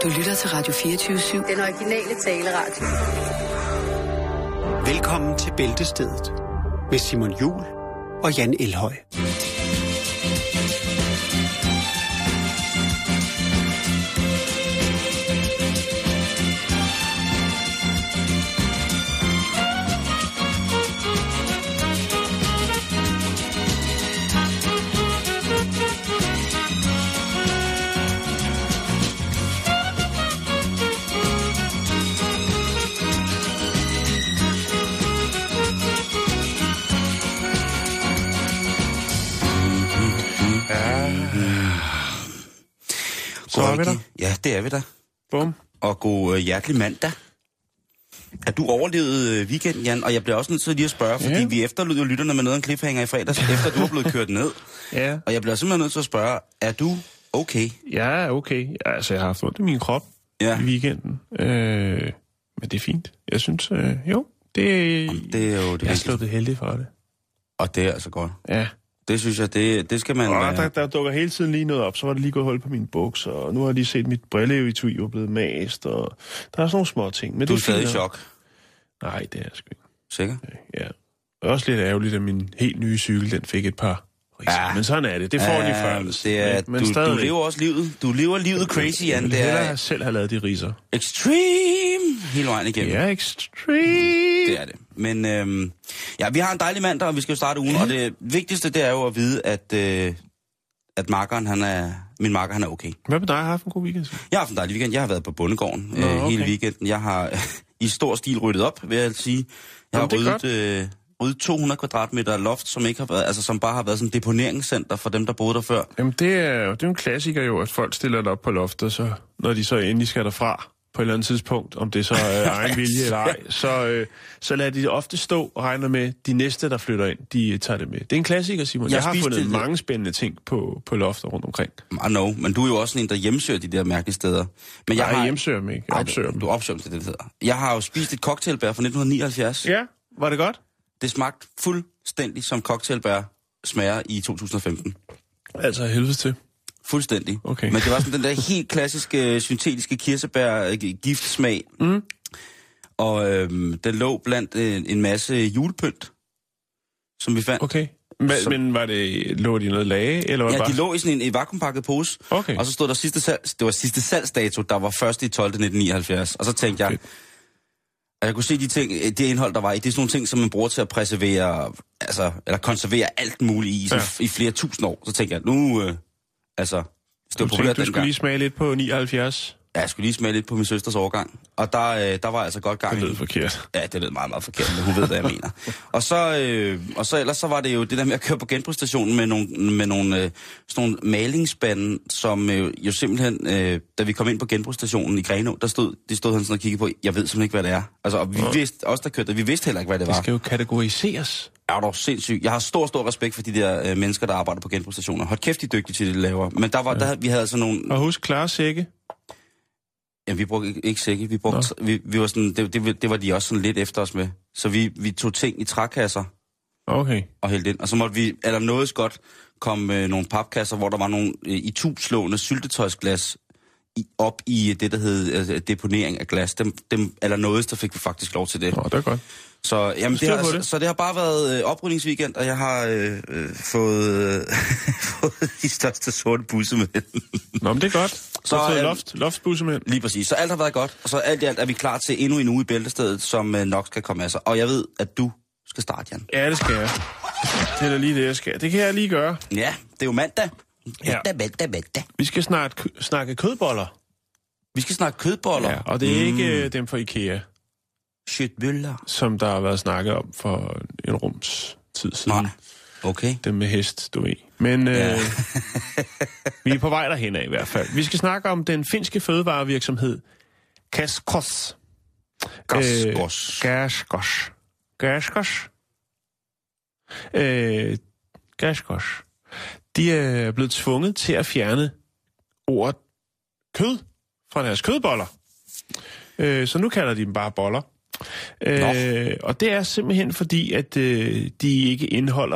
Du lytter til Radio 24/7. Den originale taleradio. Velkommen til Bæltestedet med Simon Juhl og Jan Elhøj. Så er vi der. Ja, det er vi der. Bum. Og god hjertelig mandag. Er du overlevet weekenden, Jan? Og jeg bliver også nødt til lige at spørge, fordi vi efterlod jo lytterne med noget af en cliffhanger i fredags, efter du er blevet kørt ned. Ja. Og jeg bliver simpelthen nødt til at spørge, er du okay? Jeg er okay. Altså, jeg har haft ondt i min krop i weekenden. Men det er fint. Jeg synes, jo, det er jo det. Jeg er slået heldig for det. Og det er altså godt. Ja. Det synes jeg, det skal man... Og der dukker hele tiden lige noget op. Så var det lige gået hul på mine bukser, og nu har jeg lige set mit brilleetui jo blevet mast, og der er sådan nogle små ting. Men du er det stadig i chok? Nej, det er jeg sgu ikke. Sikker? Ja. Og også lidt ærgerligt, at min helt nye cykel, den fik et par riser. Ja. Men sådan er det. Det får de før. Det er, men du lever også livet. Du lever livet crazy, Jan. Det er jeg selv har lavet de riser. Extreme! Hele vejen igennem. Ja, extreme! Det er det. Men vi har en dejlig mandag, og vi skal jo starte ugen. Og det vigtigste, det er jo at vide, at min makker, han er okay. Hvad med dig? Har haft en god weekend? Jeg har haft en dejlig weekend. Jeg har været på bondegården hele weekenden. Jeg har i stor stil ryddet op, vil jeg sige. Jeg har ryddet 200 kvadratmeter loft, som ikke har været, altså som bare har været sådan et deponeringscenter for dem, der boede der før. Jamen det er jo en klassiker jo, at folk stiller det op på loftet, så når de så endelig skal derfra på et eller andet tidspunkt, om det så er egen vilje eller ej, så lader de ofte stå og regner med, de næste, der flytter ind, de tager det med. Det er en klassiker, Simon. Jeg har fundet mange spændende ting på lofter rundt omkring. I know, men du er jo også en, der hjemsøger de der mærkelige steder. Men jeg hjemsøger dem ikke. Jeg opsøger dem. Du opsøger dem til det hedder. Jeg har jo spist et cocktailbær fra 1979. Ja, var det godt? Det smagte fuldstændig som cocktailbær smager i 2015. Altså helvede til. Fuldstændig. Okay. Men det var sådan den der helt klassiske, syntetiske kirsebær-giftsmag. Mm. Og den lå blandt en masse julepynt, som vi fandt. Okay. Men lå de i noget lage? Eller var ja, de lå i sådan en vakuumpakket pose. Okay. Og så stod der sidste salgsdato, der var 1. 12. 1979. Og så tænkte jeg, og jeg kunne se det indhold, der var i. Det er sådan nogle ting, som man bruger til at preservere, eller konservere alt muligt i flere tusind år. Så tænkte jeg, du skulle lige smage lidt på 79? Ja, jeg skulle lige smage lidt på min søsters årgang. Og der var altså godt gang. Det lød forkert. Ja, det lød meget, meget forkert, men hun ved, hvad jeg mener. Og så ellers så var det jo det der med at køre på genbrugsstationen med nogle malingsspande, som jo simpelthen, da vi kom ind på genbrugsstationen i Grenå, de stod han sådan og kiggede på, jeg ved simpelthen ikke, hvad det er. Altså, og vi vidste, også der kørte, vi vidste heller ikke, hvad det var. Det skal jo kategoriseres. Ja, det var sindssygt. Jeg har stor respekt for de der mennesker, der arbejder på genbrugsstationer. Hold kæft, de er dygtige til det, de laver. Men vi havde altså nogle... Og husk klare sække. Ja, vi brugte ikke sække. Vi var sådan, det var de også sådan lidt efter os med. Så vi tog ting i trækasser. Okay. Og hældte ind. Og så måtte vi, eller noget godt, komme nogle papkasser, hvor der var nogle itubslående syltetøjsglas op i det, der hed deponering af glas. Dem eller noget, der fik vi faktisk lov til det. Det er godt. Så, jamen, det har bare været oprydningsweekend, og jeg har fået de største sorte busser med. Nå, men det er godt. Så har loftbusser med. Lige præcis. Så alt har været godt, og så alt i alt er vi klar til endnu en uge i Bæltestedet, som nok skal komme af sig. Og jeg ved, at du skal starte, Jan. Ja, det skal jeg. Det er da lige det, jeg skal. Det kan jeg lige gøre. Ja, det er jo mandag. Mandag. Vi skal snakke kødboller. Vi skal snakke kødboller? Ja, og det er ikke dem fra IKEA. Shitbøller. Som der har været snakket om for en rums tid siden. Nej, okay. Dem med hest, du ved. Men vi er på vej derhen af i hvert fald. Vi skal snakke om den finske fødevarevirksomhed Käskos. Käskos. De er blevet tvunget til at fjerne ordet kød fra deres kødboller. Så nu kalder de dem bare boller. Og det er simpelthen fordi, at de ikke indeholder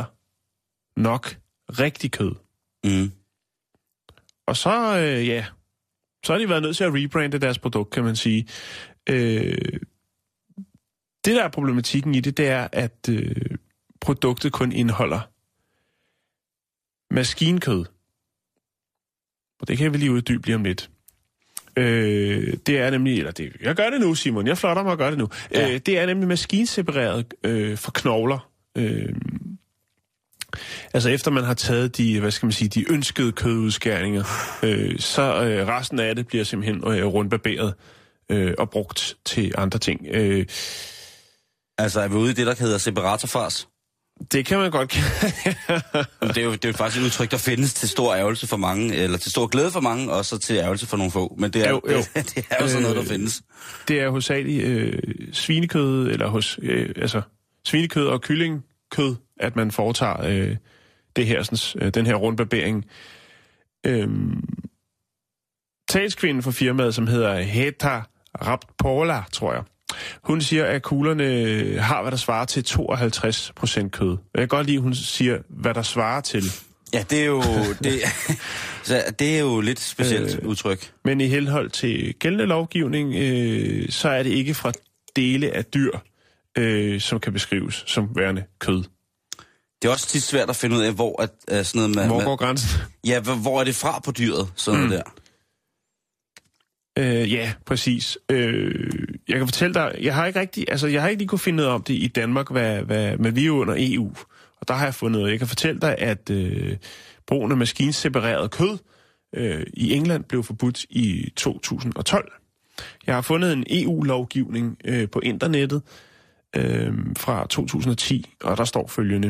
nok rigtig kød. Mm. Og så, så har de været nødt til at rebrande deres produkt, kan man sige. Det, der er problematikken i det, det er, at produktet kun indeholder maskinkød. Og det kan vi lige uddybe lige om lidt. Det er nemlig, jeg gør det nu, Simon, jeg flotter mig at gøre det nu. Ja. Det er nemlig maskinsepareret fra knogler. Altså efter man har taget de ønskede kødudskæringer, så resten af det bliver simpelthen rundbarberet og brugt til andre ting. Altså er vi ude i det, der hedder separatorfars? Det kan man godt det er jo faktisk et udtryk, der findes til stor ærgelse for mange, eller til stor glæde for mange, og så til ærgelse for nogle få. Men det er det er jo sådan noget, der findes. Det er hovedsageligt svinekød, eller svinekød og kyllingkød, at man foretager det her, den her rundbarbering. Talskvinden for firmaet, som hedder Heta Rappola, tror jeg, hun siger, at kuglerne har, hvad der svarer til 52% kød. Jeg kan godt lide, at hun siger, hvad der svarer til. Ja, det er jo, det er jo lidt specielt udtryk. Men i henhold til gældende lovgivning, så er det ikke fra dele af dyr, som kan beskrives som værende kød. Det er også tit svært at finde ud af, hvor at sådan noget med... Hvor går grænsen? Ja, hvor er det fra på dyret, sådan noget der? Ja, præcis. Jeg kan fortælle dig, jeg har ikke lige kunne finde noget om det i Danmark, men vi er jo under EU, og der har jeg fundet noget. Jeg kan fortælle dig, at brugen af maskinsepareret kød i England blev forbudt i 2012. Jeg har fundet en EU-lovgivning på internettet fra 2010, og der står følgende.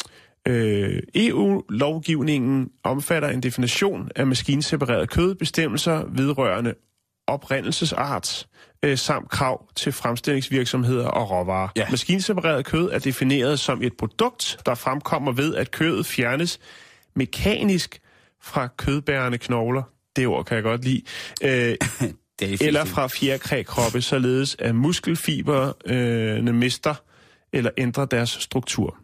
EU-lovgivningen omfatter en definition af maskinsepareret kød, bestemmelser vedrørende oprindelsesart, samt krav til fremstillingsvirksomheder og råvarer. Ja. Maskinsepareret kød er defineret som et produkt, der fremkommer ved, at kødet fjernes mekanisk fra kødbærende knogler. Det ord kan jeg godt lide. Eller fra fjerkrækroppe, således at muskelfibrene mister eller ændrer deres struktur.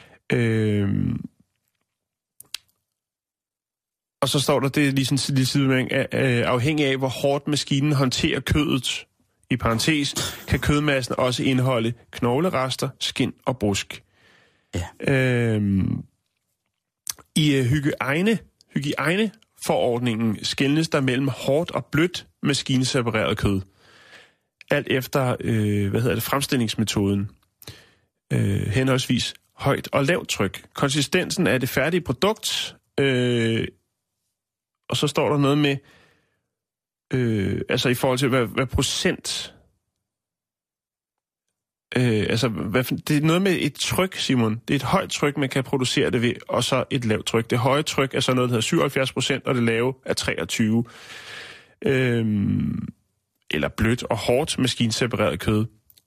Og så står der, det er lige sådan en lille sidemelding, afhængig af, hvor hårdt maskinen håndterer kødet. I parentes, kan kødmassen også indeholde knoglerester, skind og brusk. Ja. I hygiejneforordningen skelnes der mellem hårdt og blødt maskinsepareret kød. Alt efter, fremstillingsmetoden. Henholdsvis højt og lavt tryk. Konsistensen af det færdige produkt, og så står der noget med, i forhold til, hvad procent... det er noget med et tryk, Simon. Det er et højt tryk, man kan producere det ved, og så et lavt tryk. Det høje tryk er så noget, der hedder 77%, og det lave er 23%. Eller blødt og hårdt maskinsepareret kød.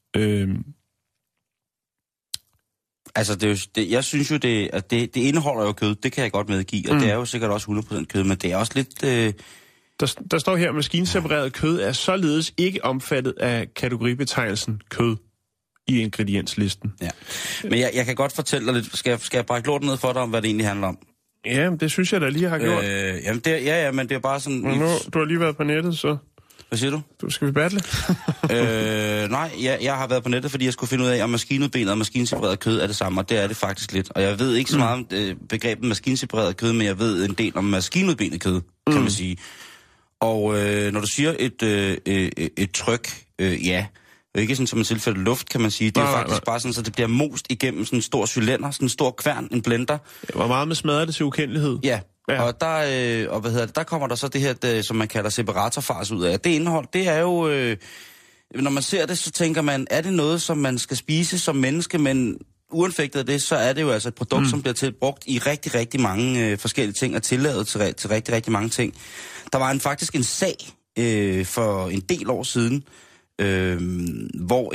Altså, jeg synes jo, det indeholder jo kød, det kan jeg godt medgive, og det er jo sikkert også 100% kød, men det er også lidt... Der står her, at maskinsepareret kød er således ikke omfattet af kategoribetegnelsen kød i ingredienslisten. Ja. Men jeg kan godt fortælle dig lidt, skal jeg brække lorten ned for dig om, hvad det egentlig handler om? Ja, det synes jeg da lige har gjort. Men det er bare sådan... Men nu, du har lige været på nettet, så... Hvad siger du? Skal vi battle? Nej, jeg har været på nettet, fordi jeg skulle finde ud af, om maskinudbenet og maskinsepareret kød er det samme, og det er det faktisk lidt. Og jeg ved ikke så meget om begrebet maskinsepareret kød, men jeg ved en del om maskinudbenet kød, kan man sige. Og når du siger et tryk, ja, ikke sådan som en tilfælde luft, kan man sige. Det er faktisk bare sådan, så det bliver most igennem sådan en stor cylinder, sådan en stor kværn, en blender. Hvor meget med smadrer det til ukendelighed? Ja. Og der kommer der så det her, som man kalder separatorfars ud af. Det indhold, det er jo, når man ser det, så tænker man, er det noget, som man skal spise som menneske, men uanfægtet af det, så er det jo altså et produkt, som bliver brugt i rigtig, rigtig mange forskellige ting, og tilladet til rigtig, rigtig mange ting. Der var faktisk en sag for en del år siden, hvor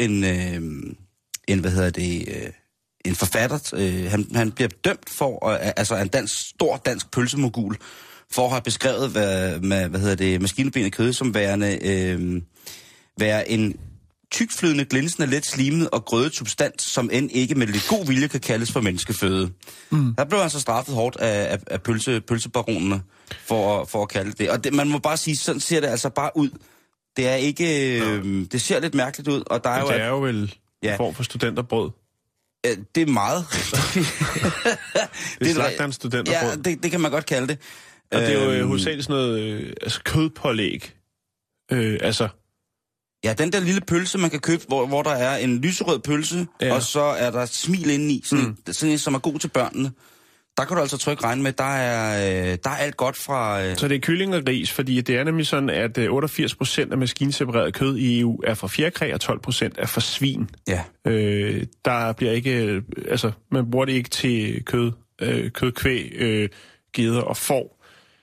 en forfatter, han bliver dømt for, en stor dansk pølsemogul, for at have beskrevet maskinudbenet kød som være en tykflydende, glinsende, let slimet og grødet substans, som end ikke med lidt god vilje kan kaldes for menneskeføde. Der blev altså straffet hårdt af pølsebaronerne for at kalde det. Og man må bare sige, sådan ser det altså bare ud. Det er ikke... det ser lidt mærkeligt ud, og der er jo... Det er jo vel en form for studenterbrød. Det er meget. Det er slagterens studenterbrød. Ja, det kan man godt kalde det. Og det er jo hovedsageligt sådan noget kødpålæg. Ja, den der lille pølse, man kan købe, hvor der er en lyserød pølse, og så er der smil indeni, sådan en, som er god til børnene. Der kan du altså trygt regne med, der er alt godt fra... Så det er kylling og ris, fordi det er nemlig sådan, at 88% af maskinsepareret kød i EU er fra fjerkræ, og 12% er fra svin. Ja. Der bliver ikke... man bruger det ikke til kødkvæg, geder og får.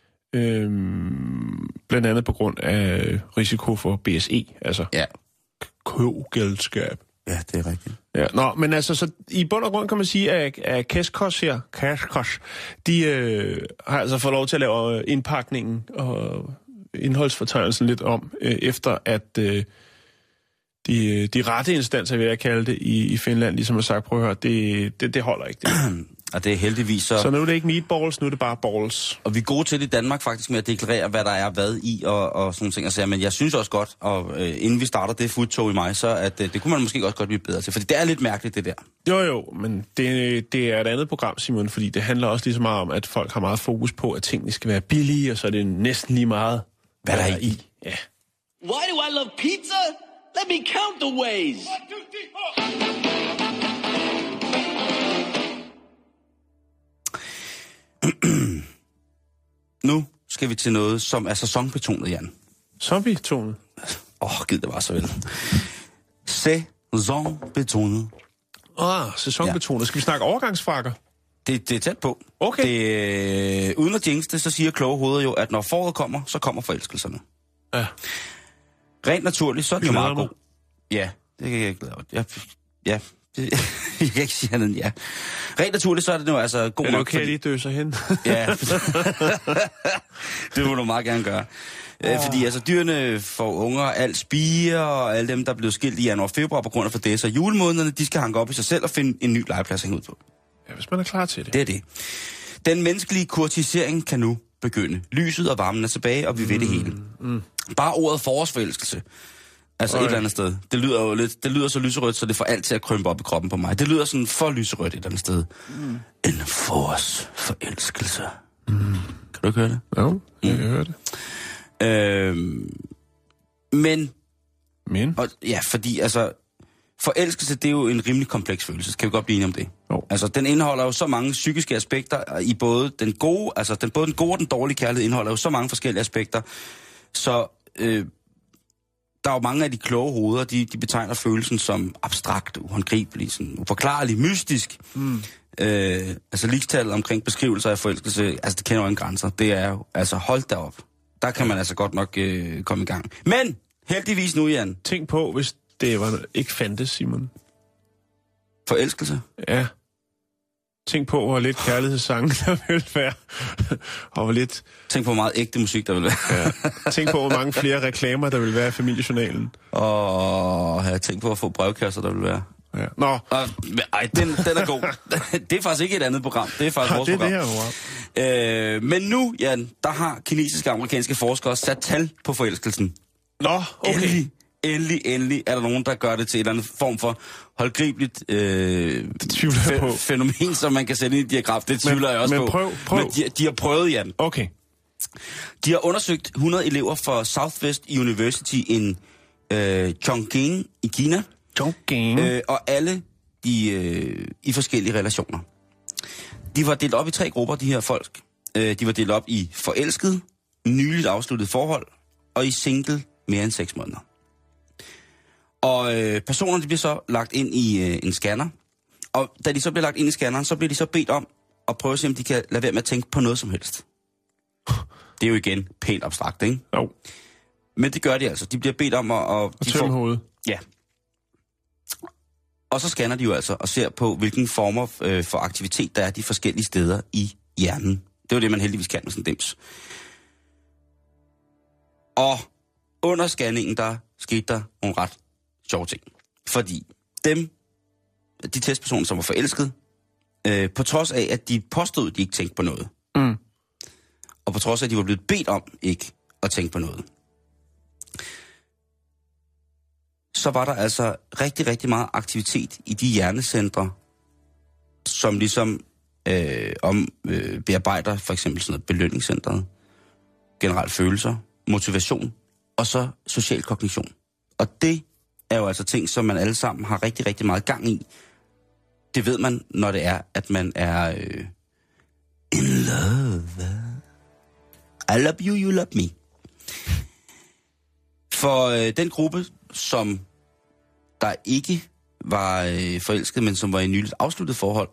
Blandt andet på grund af risiko for BSE, altså kogældskab. Ja, det er rigtigt. Ja, men altså, så i bund og grund kan man sige, at Keskos her, de har altså fået lov til at lave indpakningen og indholdsfortegnelsen lidt om, efter at de rette instanser, vil jeg kalde det, i Finland, ligesom har sagt, prøv at høre, det holder ikke. Det. Og det er heldigvis så nu er det ikke meatballs, nu er det bare balls. Og vi er gode til i Danmark faktisk med at deklarere, hvad der er hvad i og sådan ting. Altså, men jeg synes også godt, og inden vi starter det foodtog i mig, så at det kunne man måske også godt blive bedre til. Fordi det er lidt mærkeligt, det der. Jo, men det er et andet program, Simon, fordi det handler også lige så meget om, at folk har meget fokus på, at tingene skal være billige, og så er det næsten lige meget, hvad der er i. Ja. Why do I love pizza? Let me count the ways. 1, 2, 3, 4. Nu skal vi til noget, som er sæsonbetonet, Jan. Zombie-tonet? Gid det var så vel. Sæsonbetonet. Sæsonbetonet. Ja. Skal vi snakke overgangsfrakker? Det er tæt på. Okay. Uden at jinx det, så siger kloge hoveder jo, at når foråret kommer, så kommer forelskelserne. Ja. Rent naturligt, så er det jo meget god. Ja, det kan jeg ikke glæde mig. Ja. Jeg kan ikke sige andet end ja. Rent naturligt, så er det jo altså god nok. Kan jeg lige dø sig hen? Ja. Det må du meget gerne gøre. Fordi altså dyrene får unger, alt spiger, og alle dem, der er blevet skilt i januar og februar på grund af fordæsser og julemånederne, de skal hanke op i sig selv og finde en ny legeplads at hænge ud på. Ja, hvis man er klar til det. Det er det. Den menneskelige kurtisering kan nu begynde. Lyset og varmen er tilbage, og vi ved det hele. Bare ordet forårsforelskelse. Altså et eller andet sted. Det lyder jo lidt, det lyder så lyserødt, så det får alt til at krympe op i kroppen på mig. Det lyder sådan for lyserødt et eller andet sted. En forårsforelskelse. Kan du ikke høre det? Jo, jeg kan høre det. Men? Og, ja, fordi altså, forelskelse, det er jo en rimelig kompleks følelse. Kan vi godt blive enige om det? Jo. Altså, den indeholder jo så mange psykiske aspekter i både den gode, både den gode og den dårlige kærlighed indeholder jo så mange forskellige aspekter. Så der er jo mange af de kloge hoveder, de betegner følelsen som abstrakt, uhåndgribelig, sådan uforklarlig, mystisk. Altså ligestallet omkring beskrivelser af forelskelse, altså det kender jo ingen grænser. Det er jo, altså hold da op. Der kan man altså godt nok komme i gang. Men heldigvis nu, Jan. Tænk på, hvis det var ikke fandtes, Simon. Forelskelse? Ja. Tænk på, hvor lidt kærlighedssange der vil være. Og hvor lidt... Tænk på, hvor meget ægte musik der vil være. Ja. Tænk på, hvor mange flere reklamer der vil være i familiejournalen. Og jeg tænk på, hvor få brevkasser der vil være. Ja. Nå. Ej, den er god. Det er faktisk ikke et andet program. Det er faktisk vores program. Det her, men nu, Jan, der har kinesiske og amerikanske forskere sat tal på forelskelsen. Nå, okay. Endelig er der nogen, der gør det til en eller anden form for håndgribeligt fænomen, som man kan sætte ind i diagram. Det tvivler jeg også på. Prøv. Men de har prøvet, Jan. Okay. De har undersøgt 100 elever fra Southwest University i Chongqing i Kina. Og alle i forskellige relationer. De var delt op i 3 grupper, de her folk. De var delt op i forelsket, nyligt afsluttet forhold, og i single mere end 6 måneder. Og personerne bliver så lagt ind i en scanner. Og da de så bliver lagt ind i scanneren, så bliver de så bedt om at prøve at se, om de kan lade være med at tænke på noget som helst. Det er jo igen pænt abstrakt, ikke? Jo. Men det gør de altså. De bliver bedt om at tømme hovedet. Ja. Og så scanner de jo altså og ser på, hvilken former for aktivitet der er de forskellige steder i hjernen. Det er jo det, man heldigvis kan med sådan en dims. Og under scanningen, der skete der nogle ret sjove ting. Fordi de testpersoner, som var forelsket, på trods af, at de påstod, at de ikke tænkte på noget, og på trods af, at de var blevet bedt om ikke at tænke på noget, så var der altså rigtig, rigtig meget aktivitet i de hjernecentre, som ligesom bearbejder for eksempel sådan noget belønningscentret, generelt følelser, motivation, og så social kognition. Og det er jo altså ting, som man alle sammen har rigtig, rigtig meget gang i. Det ved man, når det er, at man er in love. I love you, you love me. For den gruppe, som der ikke var forelsket, men som var i nyligt afsluttet forhold,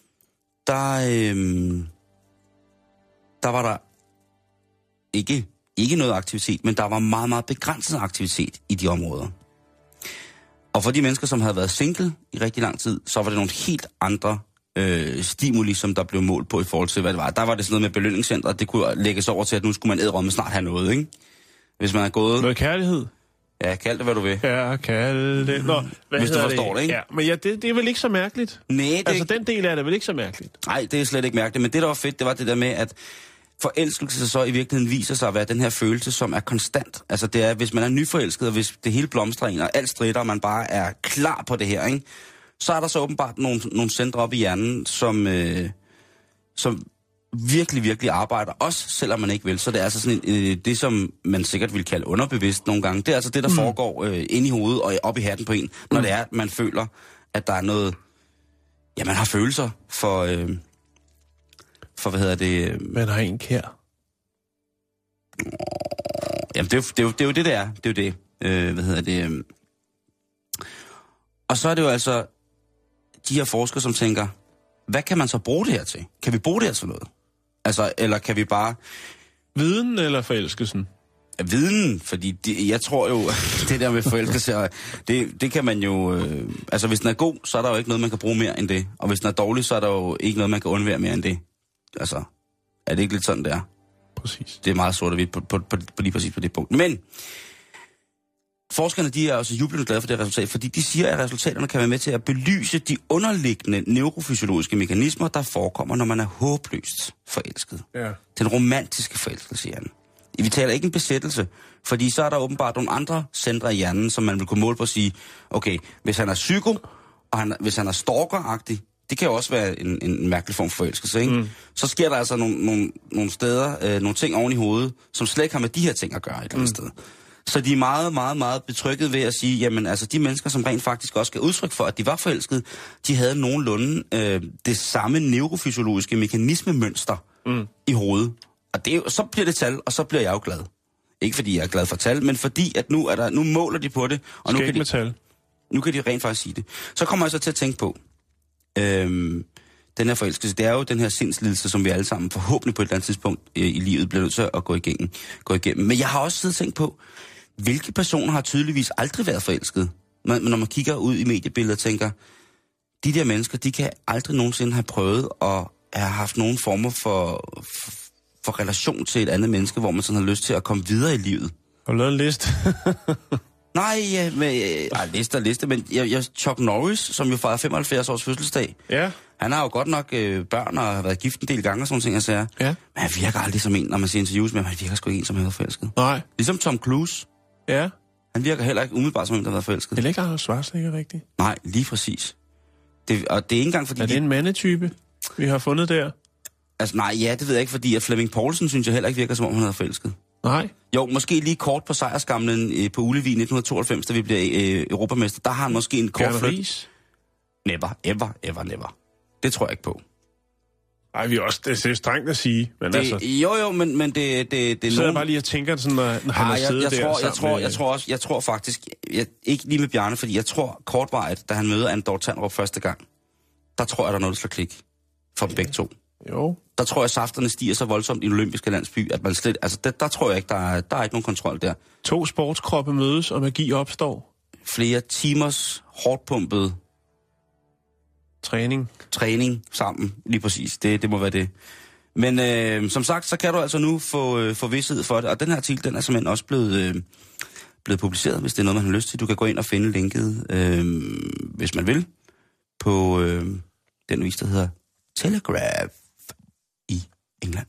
der var der ikke noget aktivitet, men der var meget, meget begrænset aktivitet i de områder. Og for de mennesker, som havde været single i rigtig lang tid, så var det nogle helt andre stimuli, som der blev målt på i forhold til, hvad det var. Der var det sådan noget med belønningscentret, det kunne lægges over til, at nu skulle man ædre med snart have noget, ikke? Hvis man er gået... Noget kærlighed? Ja, kald det, hvad du vil. Ja, kald det. Nå, hvis du forstår det, ikke? Ja, men ja, det er vel ikke så mærkeligt? Nej, altså, den del er det vel ikke så mærkeligt? Nej, det er slet ikke mærkeligt. Men det, der var fedt, det var det der med, at forelskelse så i virkeligheden viser sig at være den her følelse, som er konstant. Altså, det er, hvis man er nyforelsket, og hvis det hele blomstrer ind, og alt stritter, og man bare er klar på det her, ikke? Så er der så åbenbart nogle centre op i hjernen, som virkelig, virkelig arbejder, også selvom man ikke vil. Så det er altså sådan det, som man sikkert vil kalde underbevidst nogle gange. Det er altså det, der foregår inde i hovedet og op i hatten på en, når det er, at man føler, at der er noget... Ja, man har følelser for hvad hedder det... Man har en kær. Jamen, det er jo det, det er. Det er jo det. Hvad hedder det... Og så er det jo altså de her forskere, som tænker, hvad kan man så bruge det her til? Kan vi bruge det her til noget? Altså, eller kan vi bare... Viden eller forelskelsen? Viden, fordi jeg tror jo, det der med forelskelse, det kan man jo... altså, hvis den er god, så er der jo ikke noget, man kan bruge mere end det. Og hvis den er dårlig, så er der jo ikke noget, man kan undvære mere end det. Altså, er det ikke lidt sådan, det er? Præcis. Det er meget sort og hvidt på lige præcis på det punkt. Men forskerne, de er også jublende glade for det resultat, fordi de siger, at resultaterne kan være med til at belyse de underliggende neurofysiologiske mekanismer, der forekommer, når man er håbløst forelsket. Ja. Den romantiske forelskelse i hjernen. Vi taler ikke en besættelse, fordi så er der åbenbart nogle andre centre i hjernen, som man vil kunne måle på at sige, okay, hvis han er psyko, og hvis han er stalkeragtig, det kan jo også være en mærkelig form for forelskelse, ikke? Så sker der altså nogle steder, nogle ting oven i hovedet, som slet ikke har med de her ting at gøre et eller andet sted. Så de er meget, meget, meget betrykket ved at sige, jamen altså de mennesker, som rent faktisk også skal udtrykke for, at de var forelskede, de havde nogenlunde det samme neurofysiologiske mekanismemønster i hovedet. Og det er jo, så bliver det tal, og så bliver jeg jo glad. Ikke fordi jeg er glad for tal, men fordi at nu måler de på det. Og nu kan de rent faktisk sige det. Så kommer jeg så til at tænke på, den her forelskelse, det er jo den her sindslidelse, som vi alle sammen forhåbentlig på et eller andet tidspunkt i livet bliver nødt til at gå igennem. Men jeg har også siddet og tænkt på, hvilke personer har tydeligvis aldrig været forelsket? Når man kigger ud i mediebilledet og tænker, de der mennesker, de kan aldrig nogensinde have prøvet at have haft nogen former for relation til et andet menneske, hvor man sådan har lyst til at komme videre i livet. Har du lavet en liste? Nej, liste, men Chuck Norris, som jo fejrer 75 års fødselsdag, ja. Han har jo godt nok børn og har været gift en del gange og sådan ting, jeg siger. Ja. Men han virker aldrig som en, når man ser interviews med ham, han virker sgu ikke en, som har været forelsket. Nej. Ligesom Tom Cruise. Ja. Han virker heller ikke umiddelbart som en, der har været forelsket. Det er ikke Arnold Schwarzenegger rigtigt? Nej, lige præcis. Og det er ikke engang fordi... Er det en mandetype, vi har fundet der? Altså nej, ja, det ved jeg ikke, fordi at Flemming Poulsen synes jeg heller ikke virker, som om han har forelsket. Nej. Jo, måske lige kort på sejrskamlen på Ullevi 1992, da vi blev europamester. Der har han måske en kort flyt. Never. Det tror jeg ikke på. Nej, det er strengt at sige. Men Jo, men det er så jeg bare lige og tænker sådan, når han har siddet der. Jeg tror faktisk, ikke lige med Bjarne, fordi jeg tror kortvarigt, da han møder Andor Tandrup første gang, der tror jeg, der er noget, der slår klik for dem begge to. Jo. Der tror jeg, safterne stiger så voldsomt i den olympiske landsby, at man slet... Altså, der tror jeg ikke, der er ikke nogen kontrol der. 2 sportskroppe mødes, og magi opstår. Flere timers hårdt pumpet... Træning sammen, lige præcis. Det må være det. Men som sagt, så kan du altså nu få vished for det. Og den her artikel, den er simpelthen også blevet publiceret, hvis det er noget, man har lyst til. Du kan gå ind og finde linket, hvis man vil, på den avis, der hedder Telegraph i England.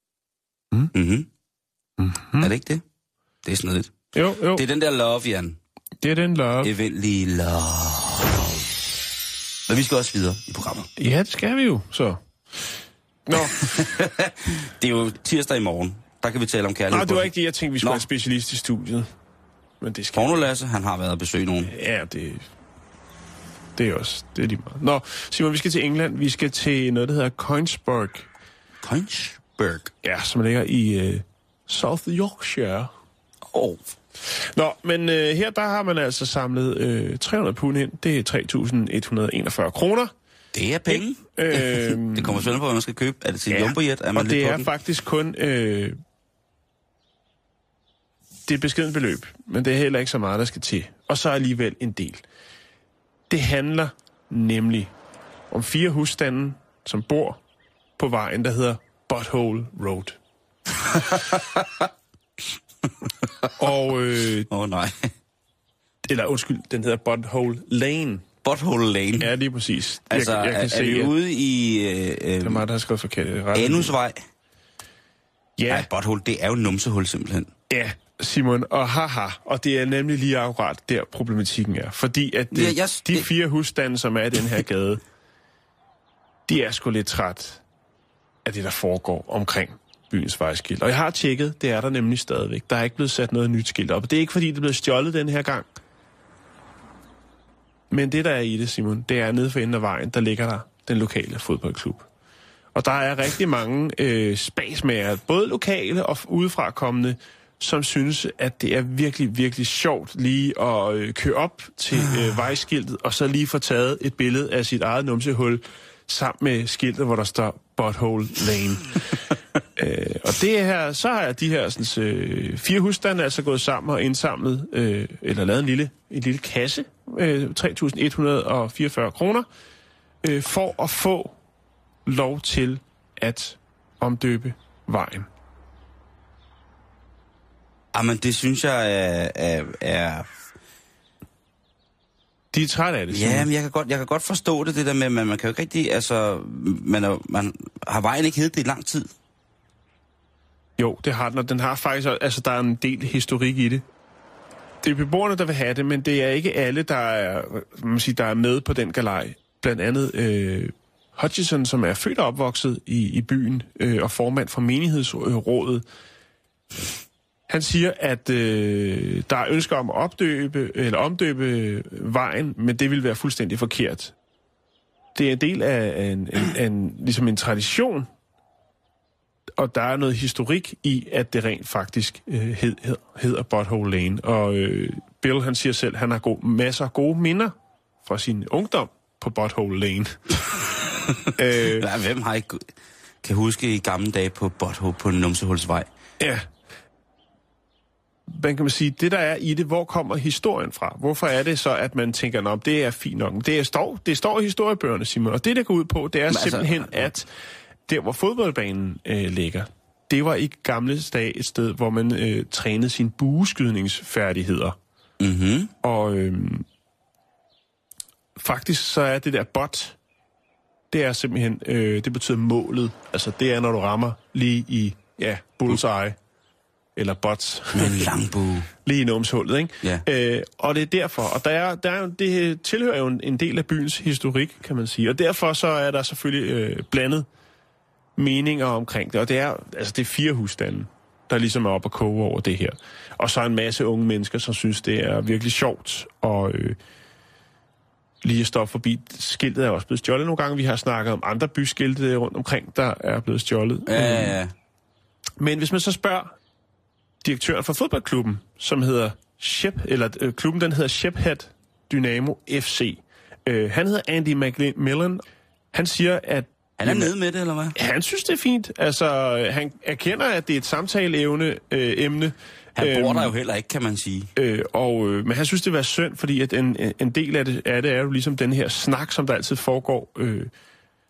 Er det ikke det? Det er sådan noget lidt. Jo. Det er den der love, Jan. Det er den love. Eventlige love. Men vi skal også videre i programmet. Ja, det skal vi jo, så. Nå. Det er jo tirsdag i morgen. Der kan vi tale om kærlighed. Nej, det var ikke det, jeg tænkte, vi skulle have en specialist i studiet. Men det skal... Porno-Lasse, han har været at besøge nogen. Ja, det er også. Det er lige meget. Nå, Simon, vi skal til England. Vi skal til noget, der hedder Coinsburg. Coinsburg? Ja, som ligger i South Yorkshire. Nå, men her der har man altså samlet 300 pund ind. Det er 3.141 kroner. Det er penge. Det kommer sådan på, hvad man skal købe. Er det til jumbojet? Og det er faktisk kun... det er et beskedent beløb, men det er heller ikke så meget, der skal til. Og så alligevel en del. Det handler nemlig om 4 husstande, som bor på vejen, der hedder Butthole Road. Og... nej. Eller undskyld, den hedder Butthole Lane. Butthole Lane? Ja, lige præcis. Altså, jeg kan se, vi ude i... det er mig, der har skrevet forkert. Anusvej? Ja. Nej, butthole, det er jo numsehul simpelthen. Ja, Simon, og haha. Og det er nemlig lige akkurat der problematikken er. Fordi at de 4 husstande, som er i den her gade, de er sgu lidt træt af det, der foregår omkring byens vejskilt. Og jeg har tjekket, det er der nemlig stadigvæk. Der er ikke blevet sat noget nyt skilt op. Og det er ikke, fordi det er blevet stjålet den her gang. Men det, der er i det, Simon, det er nede for enden af vejen, der ligger der den lokale fodboldklub. Og der er rigtig mange spasmager, både lokale og udefra kommende, som synes, at det er virkelig, virkelig sjovt lige at køre op til vejskiltet, og så lige få taget et billede af sit eget numsehul, sammen med skiltet, hvor der står Butthole Lane. Og det her, så har de her sådan, 4 husstande altså gået sammen og indsamlet, eller lavet en lille kasse, 3.144 kroner, for at få lov til at omdøbe vejen. Jamen, det synes jeg er... De er trætte af det. Ja, men jeg kan godt forstå det der med, at man kan jo ikke rigtig... Altså, man har vejen ikke heddet det i lang tid. Jo, det har den, og den har faktisk... Altså, der er en del historik i det. Det er beboerne, der vil have det, men det er ikke alle, der er med på den galej. Blandt andet Hutchison, som er født og opvokset i byen, og formand for menighedsrådet. Han siger, at der er ønsker om at omdøbe vejen, men det vil være fuldstændig forkert. Det er en del af ligesom en tradition, og der er noget historik i, at det rent faktisk hedder Butthole Lane. Og Bill, han siger selv, at han har masser af gode minder fra sin ungdom på Butthole Lane. Hvem har ikke kan huske i gamle dage på Butthole på Numsehulsvej? Ja. Man kan sige, det der er i det, hvor kommer historien fra? Hvorfor er det så, at man tænker, det er fint nok? Det står i historiebøgerne, Simon, og det, der går ud på, det er simpelthen, at der, hvor fodboldbanen ligger, det var i gamle dage et sted, hvor man trænede sine bueskydningsfærdigheder. Mm-hmm. Og faktisk så er det der bot, det er simpelthen, det betyder målet. Altså, det er, når du rammer lige i, bullseye. Eller bots. Med en lang bue. Lige i numshullet, ikke? Ja. Og det er derfor. Og det tilhører jo en del af byens historik, kan man sige. Og derfor så er der selvfølgelig blandet meninger omkring det. Og det er 4 husstande, der ligesom er oppe og koge over det her. Og så er en masse unge mennesker, som synes, det er virkelig sjovt. Og lige at stoppe forbi. Skiltet er også blevet stjålet nogle gange. Vi har snakket om andre byskilte rundt omkring, der er blevet stjålet. Ja. Men hvis man så spørger direktøren for fodboldklubben, som hedder klubben den hedder Shepherd Dynamo FC. Han hedder Andy McMillan. Han siger, at han er nede med det, eller hvad? Han synes, det er fint. Altså, han erkender, at det er et samtaleemne. Han bor der jo heller ikke, kan man sige. Men han synes, det var synd, fordi at en del af det er jo ligesom den her snak, som der altid foregår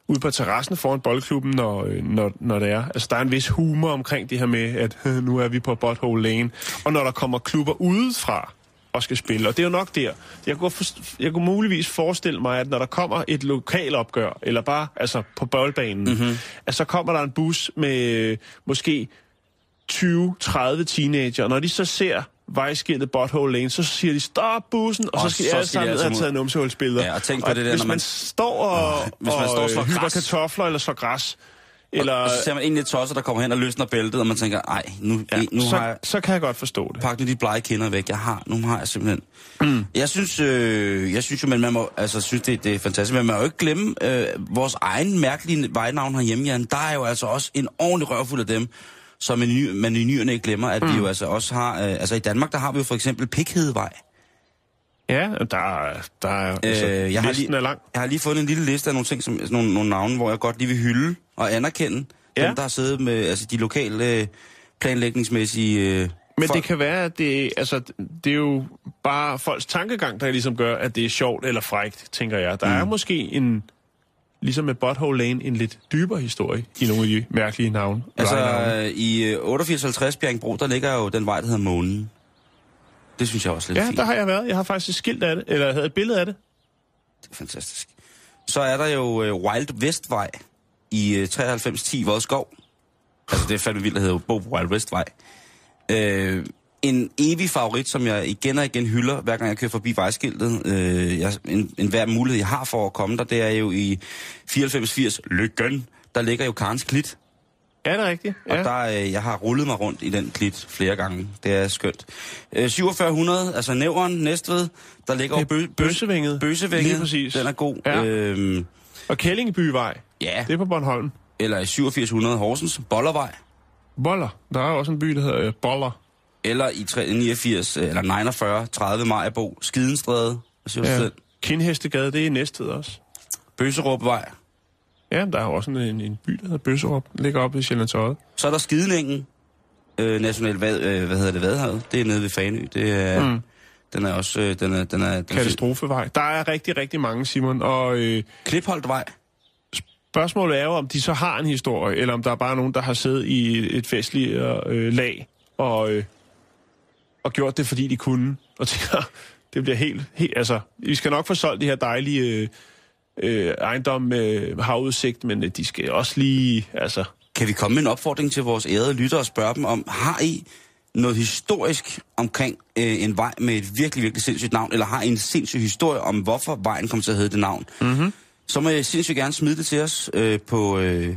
ude på terrassen foran boldklubben, når det er. Altså, der er en vis humor omkring det her med, at nu er vi på Butthole Lane. Og når der kommer klubber udefra og skal spille, og det er jo nok der. Jeg kunne muligvis forestille mig, at når der kommer et lokalopgør, eller bare altså på boldbanen, at så kommer der en bus med måske 20-30 teenager, og når de så ser vejskiltet Butthole Lane, så siger de, stop bussen, og så skal de alle sammen have taget numsehulsbilleder. Ja, og tænk på det der, hvis man står og hygger kartofler eller så græs, eller... Og så ser man en lidt tosser, der kommer hen og løsner bæltet, og man tænker, ej, nu har jeg... Så kan jeg godt forstå det. Pak nu de blege kinder væk. Nu har jeg simpelthen... Jeg synes jo, men man må... Altså, synes det er fantastisk, men man må jo ikke glemme vores egen mærkelige vejnavn herhjemme, Jan. Der er jo altså også en ordentlig rørfuld af dem, som man i nyerne ikke glemmer, at vi jo altså også har... altså i Danmark, der har vi jo for eksempel Pikhedevej. Ja, der er listen er lang. Jeg har lige fundet en lille liste af nogle ting, som nogle navne, hvor jeg godt lige vil hylde og anerkende dem, der har siddet med altså de lokale planlægningsmæssige... Men det kan være, at det er jo bare folks tankegang, der ligesom gør, at det er sjovt eller frækt, tænker jeg. Der er måske ligesom med Butthole Lane, en lidt dybere historie i nogle af de mærkelige navne. Altså i 8850 Bjerringbro, der ligger jo den vej, der hedder Månen. Det synes jeg også lidt fint. Ja, der har jeg været. Jeg har faktisk et skilt af det, eller jeg havde et billede af det. Det er fantastisk. Så er der jo Wild Vestvej i 9310 Vodskov. Altså det er fandme vildt, der hedder jo Wild Vestvej. En evig favorit, som jeg igen og igen hylder, hver gang jeg kører forbi vejskiltet. En hver mulighed, jeg har for at komme der, det er jo i 9480 Lykken. Der ligger jo Karens Klit. Ja, det er rigtigt. Ja. Og der, jeg har rullet mig rundt i den klit flere gange. Det er skønt. 4700, altså Nævren, Næstved, der ligger jo Bøsevænget. Lige præcis. Den er god. Ja. Og Kællingbyvej. Ja. Det er på Bornholm. Eller i 8700 Horsens, Bollervej. Boller. Der er også en by, der hedder Boller. Eller i 89, eller 49, 30 Majabo, Skidenstræde. Ja. Kindhestegade, det er Næstved også. Bøserupvej. Ja, der er også en by, der hedder Bøsserup, ligger oppe i Sjællands Odde. Så er der Skideningen, national Vadehavet. Det er nede ved Fanø. Det er, den er også... Den er Katastrofevej. Der er rigtig, rigtig mange, Simon. Og Klipholtvej. Spørgsmålet er jo, om de så har en historie, eller om der er bare nogen, der har siddet i et festligt lag og gjort det, fordi de kunne. Og tænker, det bliver helt... Altså, vi skal nok få solgt de her dejlige... ejendom med havudsigt, men de skal også lige, altså... Kan vi komme med en opfordring til vores ærede lyttere og spørge dem om, har I noget historisk omkring en vej med et virkelig, virkelig sindssygt navn, eller har I en sindssyg historie om, hvorfor vejen kom til at hedde det navn? Så må jeg sindssygt gerne smide det til os på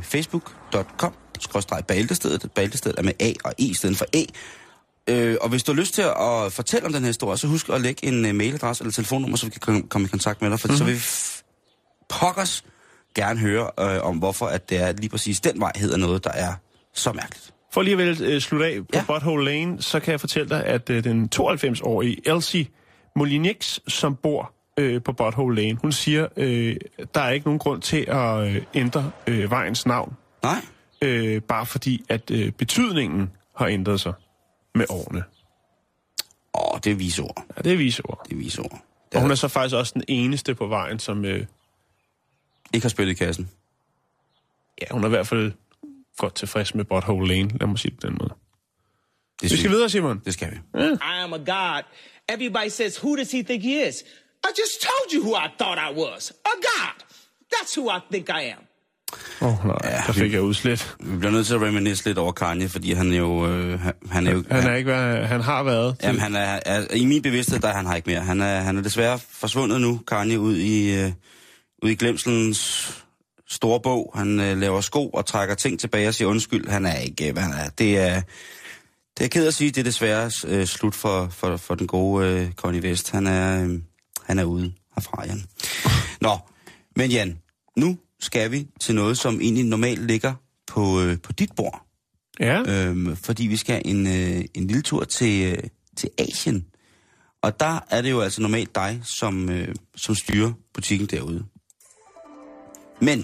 facebook.com/Bæltestedet. Bæltestedet er med A og E i stedet for E. Og hvis du har lyst til at fortælle om den her historie, så husk at lægge en mailadresse eller telefonnummer, så vi kan komme i kontakt med dig, for så vil vi pokkers gerne høre om, hvorfor at det er lige præcis den vej hedder noget, der er så mærkeligt. For lige at vel slutte af på Butthole Lane, så kan jeg fortælle dig, at den 92-årige Elsie Molinieks, som bor på Butthole Lane, hun siger, der er ikke nogen grund til at ændre vejens navn. Nej. Bare fordi, at betydningen har ændret sig med årene. Det er visord. Ja, det er visord. Det er visord. Og hun er så faktisk også den eneste på vejen, som... ikke har spillet i kassen. Ja, hun er i hvert fald godt tilfreds med Butthole Lane, lad mig sige det på den måde. Vi skal videre, Simon. Det skal vi. I am a god. Everybody says, who does he think he is? I just told you who I thought I was. A god. That's who I think I am. Nej, der fik jeg udslet. Vi bliver nødt til at reminisce lidt over Kanye, fordi han er jo... Han har været. Jamen, han er i min bevidsthed, der han har ikke mere. Han er desværre forsvundet nu, Kanye, ud i glemselens store bog. Han laver sko og trækker ting tilbage og siger undskyld. Han er ikke... Det er ked at sige, det er desværre slut for den gode Kanye West. Han er ude herfra, Jan. Nå, men Jan, nu skal vi til noget, som egentlig normalt ligger på dit bord. Ja. Fordi vi skal en lille tur til Asien. Og der er det jo altså normalt dig, som styrer butikken derude. Men...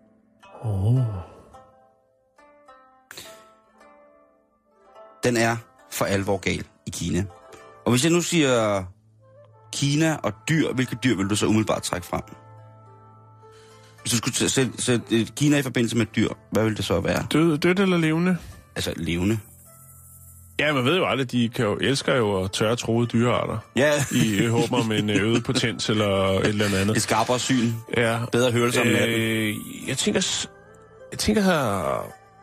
Den er for alvor gal i Kina. Og hvis jeg nu siger Kina og dyr, hvilke dyr vil du så umiddelbart trække frem? Hvis du skulle sætte Kina i forbindelse med et dyr, hvad ville det så være? Dødt eller levende? Altså levende. Ja, man ved jo aldrig, de elsker jo at tørre troede dyrearter. Ja. I håber om en øget potens eller et eller andet. Et skarpere syn. Ja. Bedre hørelse om natten. Jeg tænker her...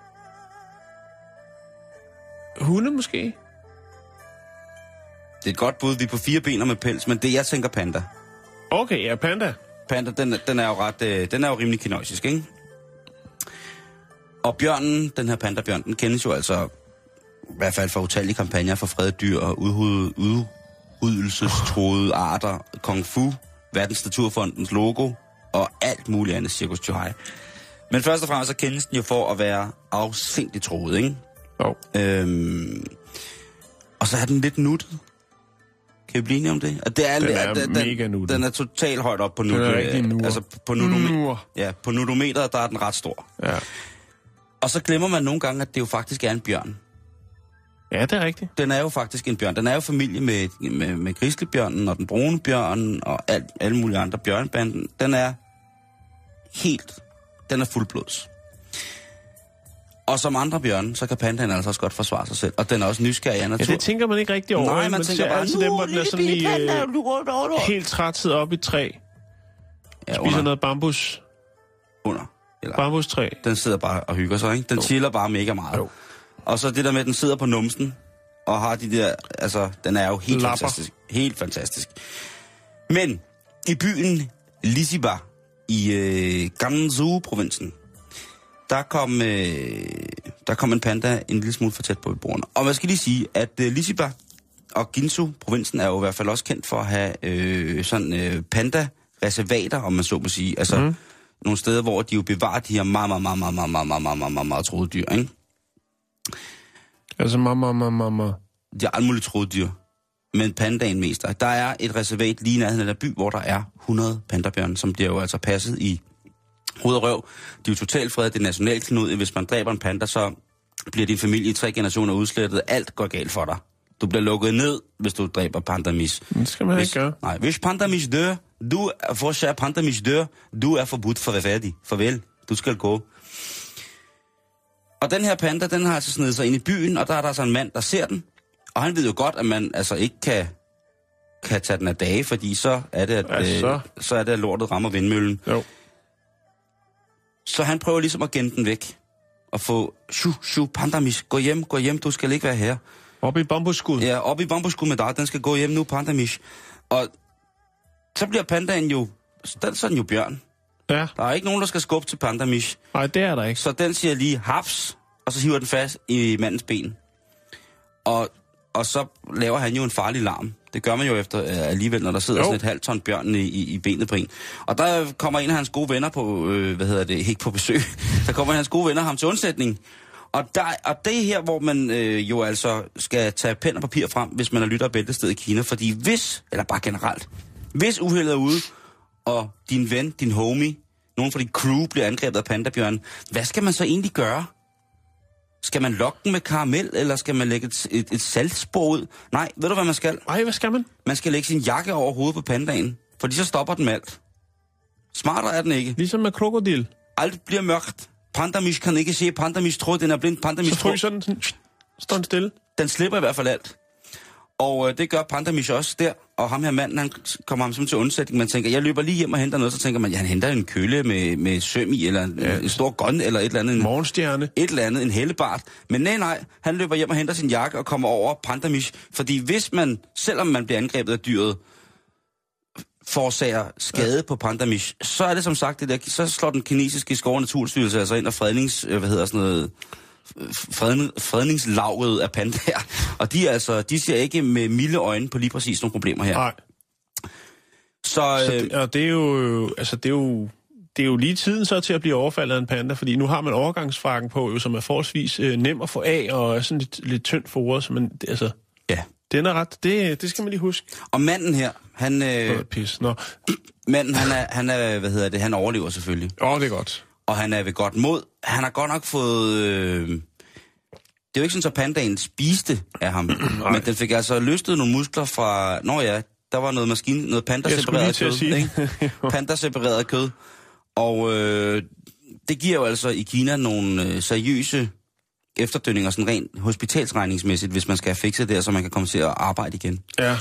Hunde måske? Det er et godt bud. Vi er på 4 ben med pels, men det jeg tænker panda. Okay, ja, panda. Panda, den er jo den er jo rimelig kinesisk, ikke? Og bjørnen, den her pandabjørn, den kendes jo altså i hvert fald for utallige kampagner for fredede dyr og udryddelsestruede arter, Kung Fu, Verdens Naturfondens logo og alt muligt andet Cirkus Tjuhai. Men først og fremmest så kendes den jo for at være afsindigt truet, ikke? Jo. Og så er den lidt nuttet. Kan vi blive enige om det? Og det er mega nuttet. Den er totalt højt op på nuttet. Den er rigtig nuer. Altså på nutometeret, der er den ret stor. Ja. Og så glemmer man nogle gange, at det jo faktisk er en bjørn. Ja, det er rigtigt. Den er jo faktisk en bjørn. Den er jo familie med grizzlybjørnen og den brune bjørn og alle mulige andre bjørnebanden. Den er fuldblods. Og som andre bjørne, så kan pandaen altså også godt forsvare sig selv. Og den er også nysgerrig af natur. Ja, det tænker man ikke rigtig over. Nej, man tænker bare, altid dem, hvor den er sådan i helt træt op i træ. Ja, spiser noget bambus. Eller bambustræ. Den sidder bare og hygger sig, ikke? Den chiller bare mega meget. Jo. Og så det der med, at den sidder på numsen og har de der... Altså, den er jo helt fantastisk. Helt fantastisk. Men i byen Liziba i Gansu-provinsen, der kom en panda en lille smule for tæt på beboerne. Og hvad skal lige sige, at Liziba og Gansu-provinsen er jo i hvert fald også kendt for at have panda-reservater, om man så må sige. Altså nogle steder, hvor de jo bevarer de her meget truede dyr, ikke? Altså De er alle mulige truede dyr. Men pandaen mest. Der er et reservat lige i nærheden af der by, hvor der er 100 pandabjørne, som bliver jo altså passet i hoved og røv. De er jo totalt fredet. Det er nationalklenod. Hvis man dræber en panda, så bliver din familie i 3 generationer udslettet. Alt går galt for dig. Du bliver lukket ned, hvis du dræber pandamis. Det skal man ikke gøre. Nej, hvis pandamis dør, du er forbudt for færdig. Farvel, du skal gå. Og den her panda, den har altså snedet sig ind i byen, og der er der så en mand, der ser den. Og han ved jo godt, at man altså ikke kan tage den af dage, fordi så er det, at lortet rammer vindmøllen. Jo. Så han prøver ligesom at gemme den væk. Og få, pandamis, gå hjem, du skal ikke være her. Op i bambusskud. Ja, op i bambusskud med dig, den skal gå hjem nu, pandamis. Og så bliver pandaen jo, så er den jo bjørn. Ja. Der er ikke nogen, der skal skubbe til pandamis. Nej, det er der ikke. Så den siger lige haps, og så hiver den fast i mandens ben. Og så laver han jo en farlig larm. Det gør man jo efter alligevel, når der sidder sådan et halvt ton bjørn i benet på en. Og der kommer en af hans gode venner på, ikke på besøg. Der kommer hans gode venner ham til undsætning. Og det er her, hvor man jo altså skal tage pen og papir frem, hvis man er lytter af bæltested i Kina. Fordi hvis uheldet er ude, og din ven, din homie, nogen fra dit crew bliver angrebet af pandabjørn, hvad skal man så egentlig gøre? Skal man lokke den med karamel, eller skal man lægge et saltspor ud? Nej, ved du hvad man skal? Nej, hvad skal man? Man skal lægge sin jakke over hovedet på pandaen, fordi så stopper den med alt. Smartere er den ikke. Ligesom med krokodil. Alt bliver mørkt. Pandamis kan ikke se. Pandamis tror, den er blind. Pandamis så tror sådan, står den stille. Den slipper i hvert fald alt. Og det gør pandamis også der. Og ham her manden, han kommer ham som til undsætning. Man tænker, jeg løber lige hjem og henter noget. Så tænker man, han henter en kølle med søm i, eller en stor gun, eller et eller andet. Morgenstjerne. Et eller andet, en hellebart. Men nej, han løber hjem og henter sin jakke og kommer over pandamis. Fordi hvis man, selvom man bliver angrebet af dyret, forårsager skade på pandamis, så er det som sagt det der, så slår den kinesiske skov- og naturstyrelse altså ind og fredningslaget af pandaer. Og de ser ikke med milde øjne på lige præcis nogle problemer her. Nej. Det er jo lige tiden så til at blive overfaldet af en panda, fordi nu har man overgangsfrakken på, jo, som er forholdsvis nem at få af, og er sådan lidt tyndt foret, så man, altså... Ja. Den er ret, det skal man lige huske. Og manden her, han... Manden, han overlever selvfølgelig. Det er godt. Og han er ved godt mod. Han har godt nok fået... Det er jo ikke sådan, at pandaen spiste af ham. Men den fik altså løstet nogle muskler fra... der var noget panda-separeret kød. Ikke? Panda-separeret kød. Og det giver jo altså i Kina nogle seriøse efterdønninger, sådan rent hospitalsregningsmæssigt, hvis man skal have fikset det, så man kan komme til at arbejde igen. Ja.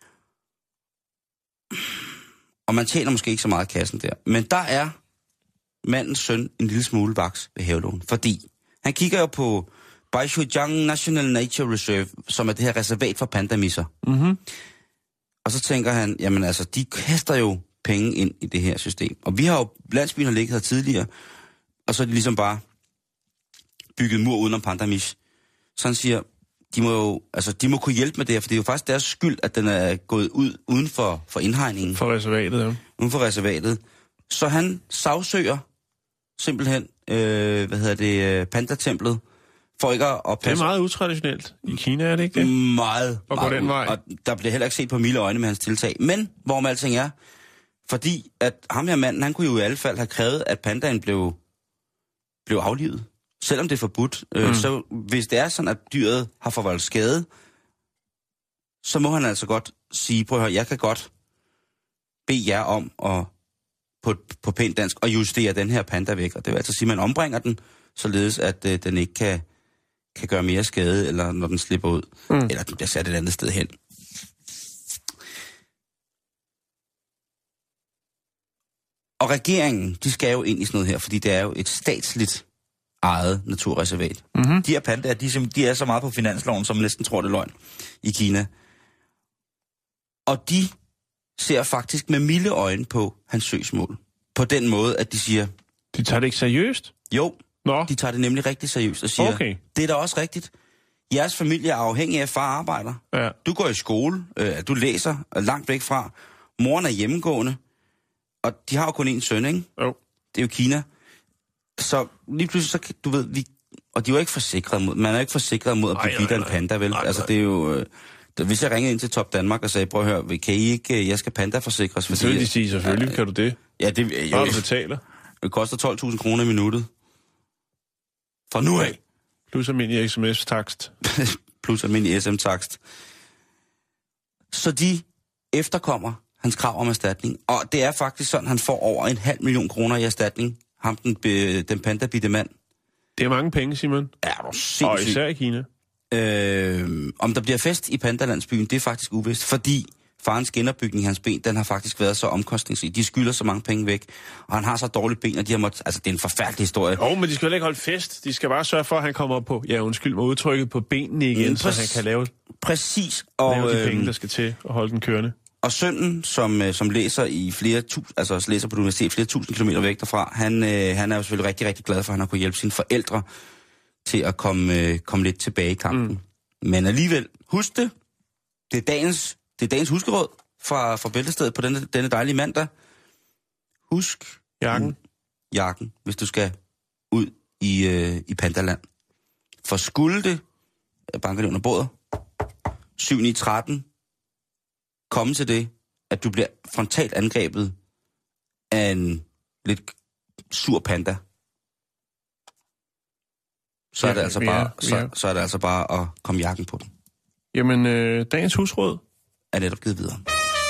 Og man tjener måske ikke så meget af kassen der. Men der er mandens søn en lille smule vaks ved havelån. Fordi han kigger jo på Baishujiang National Nature Reserve, som er det her reservat for pandamisser. Mhm. Og så tænker han, jamen altså, de kaster jo penge ind i det her system. Og vi har jo, landsbyen har ligget her tidligere, og så er de ligesom bare bygget mur udenom pandamis. Så han siger, de må kunne hjælpe med det her, for det er jo faktisk deres skyld, at den er gået ud uden for indhegningen. For reservatet, ja. Uden for reservatet. Så han sagsøger simpelthen, pandatemplet, for ikke at passe. Det er meget utraditionelt. I Kina er det ikke det? Meget. Og gå den vej. Og der bliver heller ikke set på milde øjne med hans tiltag. Men, hvorom alting er, fordi at ham her manden, han kunne jo i alle fald have krævet, at pandaen blev aflivet. Selvom det er forbudt. Så hvis det er sådan, at dyret har forvoldt skade, så må han altså godt sige, prøv at høre, jeg kan godt bede jer om at på pænt dansk og justere den her panda væk. Og det vil altså sige, at man ombringer den, således at den ikke kan gøre mere skade, eller når den slipper ud. Eller den bliver sat et andet sted hen. Og regeringen, de skal jo ind i sådan noget her, fordi det er jo et statsligt eget naturreservat. Mm-hmm. De her pandaer, de er så meget på finansloven, som man næsten tror, det er løgn i Kina. Og de ser faktisk med milde øjne på hans søgsmål. På den måde, at de siger... De tager det ikke seriøst? Jo, Nå. De tager det nemlig rigtig seriøst og siger, okay. Det er da også rigtigt. Jeres familie er afhængig af, at far arbejder. Ja. Du går i skole, du læser langt væk fra. Moren er hjemmegående, og de har jo kun én søn, ikke? Jo. Det er jo Kina. Så lige pludselig, så du ved, og de er jo ikke forsikret mod, man er ikke forsikret mod at blive bidt af en panda, vel? Nej. Altså, det er jo... Hvis jeg ringede ind til Top Danmark og sagde, prøv at høre, kan I ikke, jeg skal panda-forsikres? Fordi, det vil de sige, selvfølgelig kan du det. Ja, det Bare du betaler. Det koster 12.000 kroner i minuttet. Fra nu af. Plus almindelig sms-takst. Plus almindelig SM-takst. Så de efterkommer hans krav om erstatning. Og det er faktisk sådan, han får over 500.000 kroner i erstatning. Ham, den panda-bitte mand. Det er mange penge, Simon. Ja, du sindssygt. Og især i Kina. Om der bliver fest i Pandalandsbyen, det er faktisk uvist, fordi farens genopbygning, hans ben, den har faktisk været så omkostningsrig. De skylder så mange penge væk, og han har så dårlige ben, og de har måttet... Altså, det er en forfærdelig historie. Jo, men de skal jo ikke holde fest. De skal bare sørge for, at han kommer på, undskyld mig, udtrykket på benene igen, så han kan lave de penge, der skal til at holde den kørende. Og sønnen, som læser i læser på universitet flere tusind kilometer væk derfra, han er jo selvfølgelig rigtig, rigtig glad for, at han har kunnet hjælpe sine forældre til at komme lidt tilbage i kampen. Men alligevel, husk det. Det er dagens huskeråd fra Bæltestedet på denne dejlige mandag. Husk jakken, hvis du skal ud i Pandaland. For skulle det, jeg banker det under bordet, 7-9-13, komme til det, at du bliver frontalt angrebet af en lidt sur panda, så er det altså bare at komme jakken på den. Jamen, dagens husråd er netop givet videre.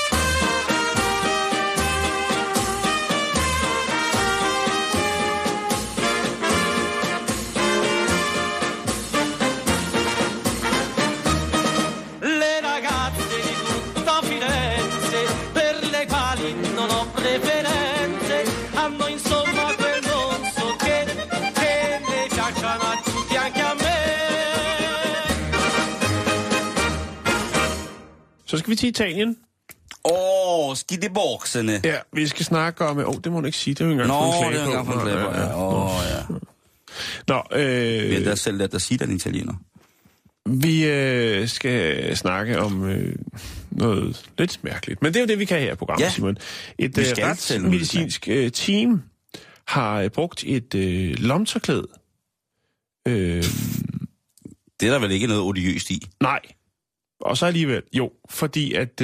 Så skal vi til Italien. Skitteboksene. Ja, vi skal snakke om... det må du ikke sige, det er jo ikke engang det er jo engang flæbe på. Vi har da selv lært at sige den italiener. Vi skal snakke om noget lidt mærkeligt. Men det er jo det, vi kan her i programmet, Simon. Et retsmedicinsk team har brugt et lomtørklæde. Det er der vel ikke noget odiøst i? Nej. Og så alligevel, jo, fordi at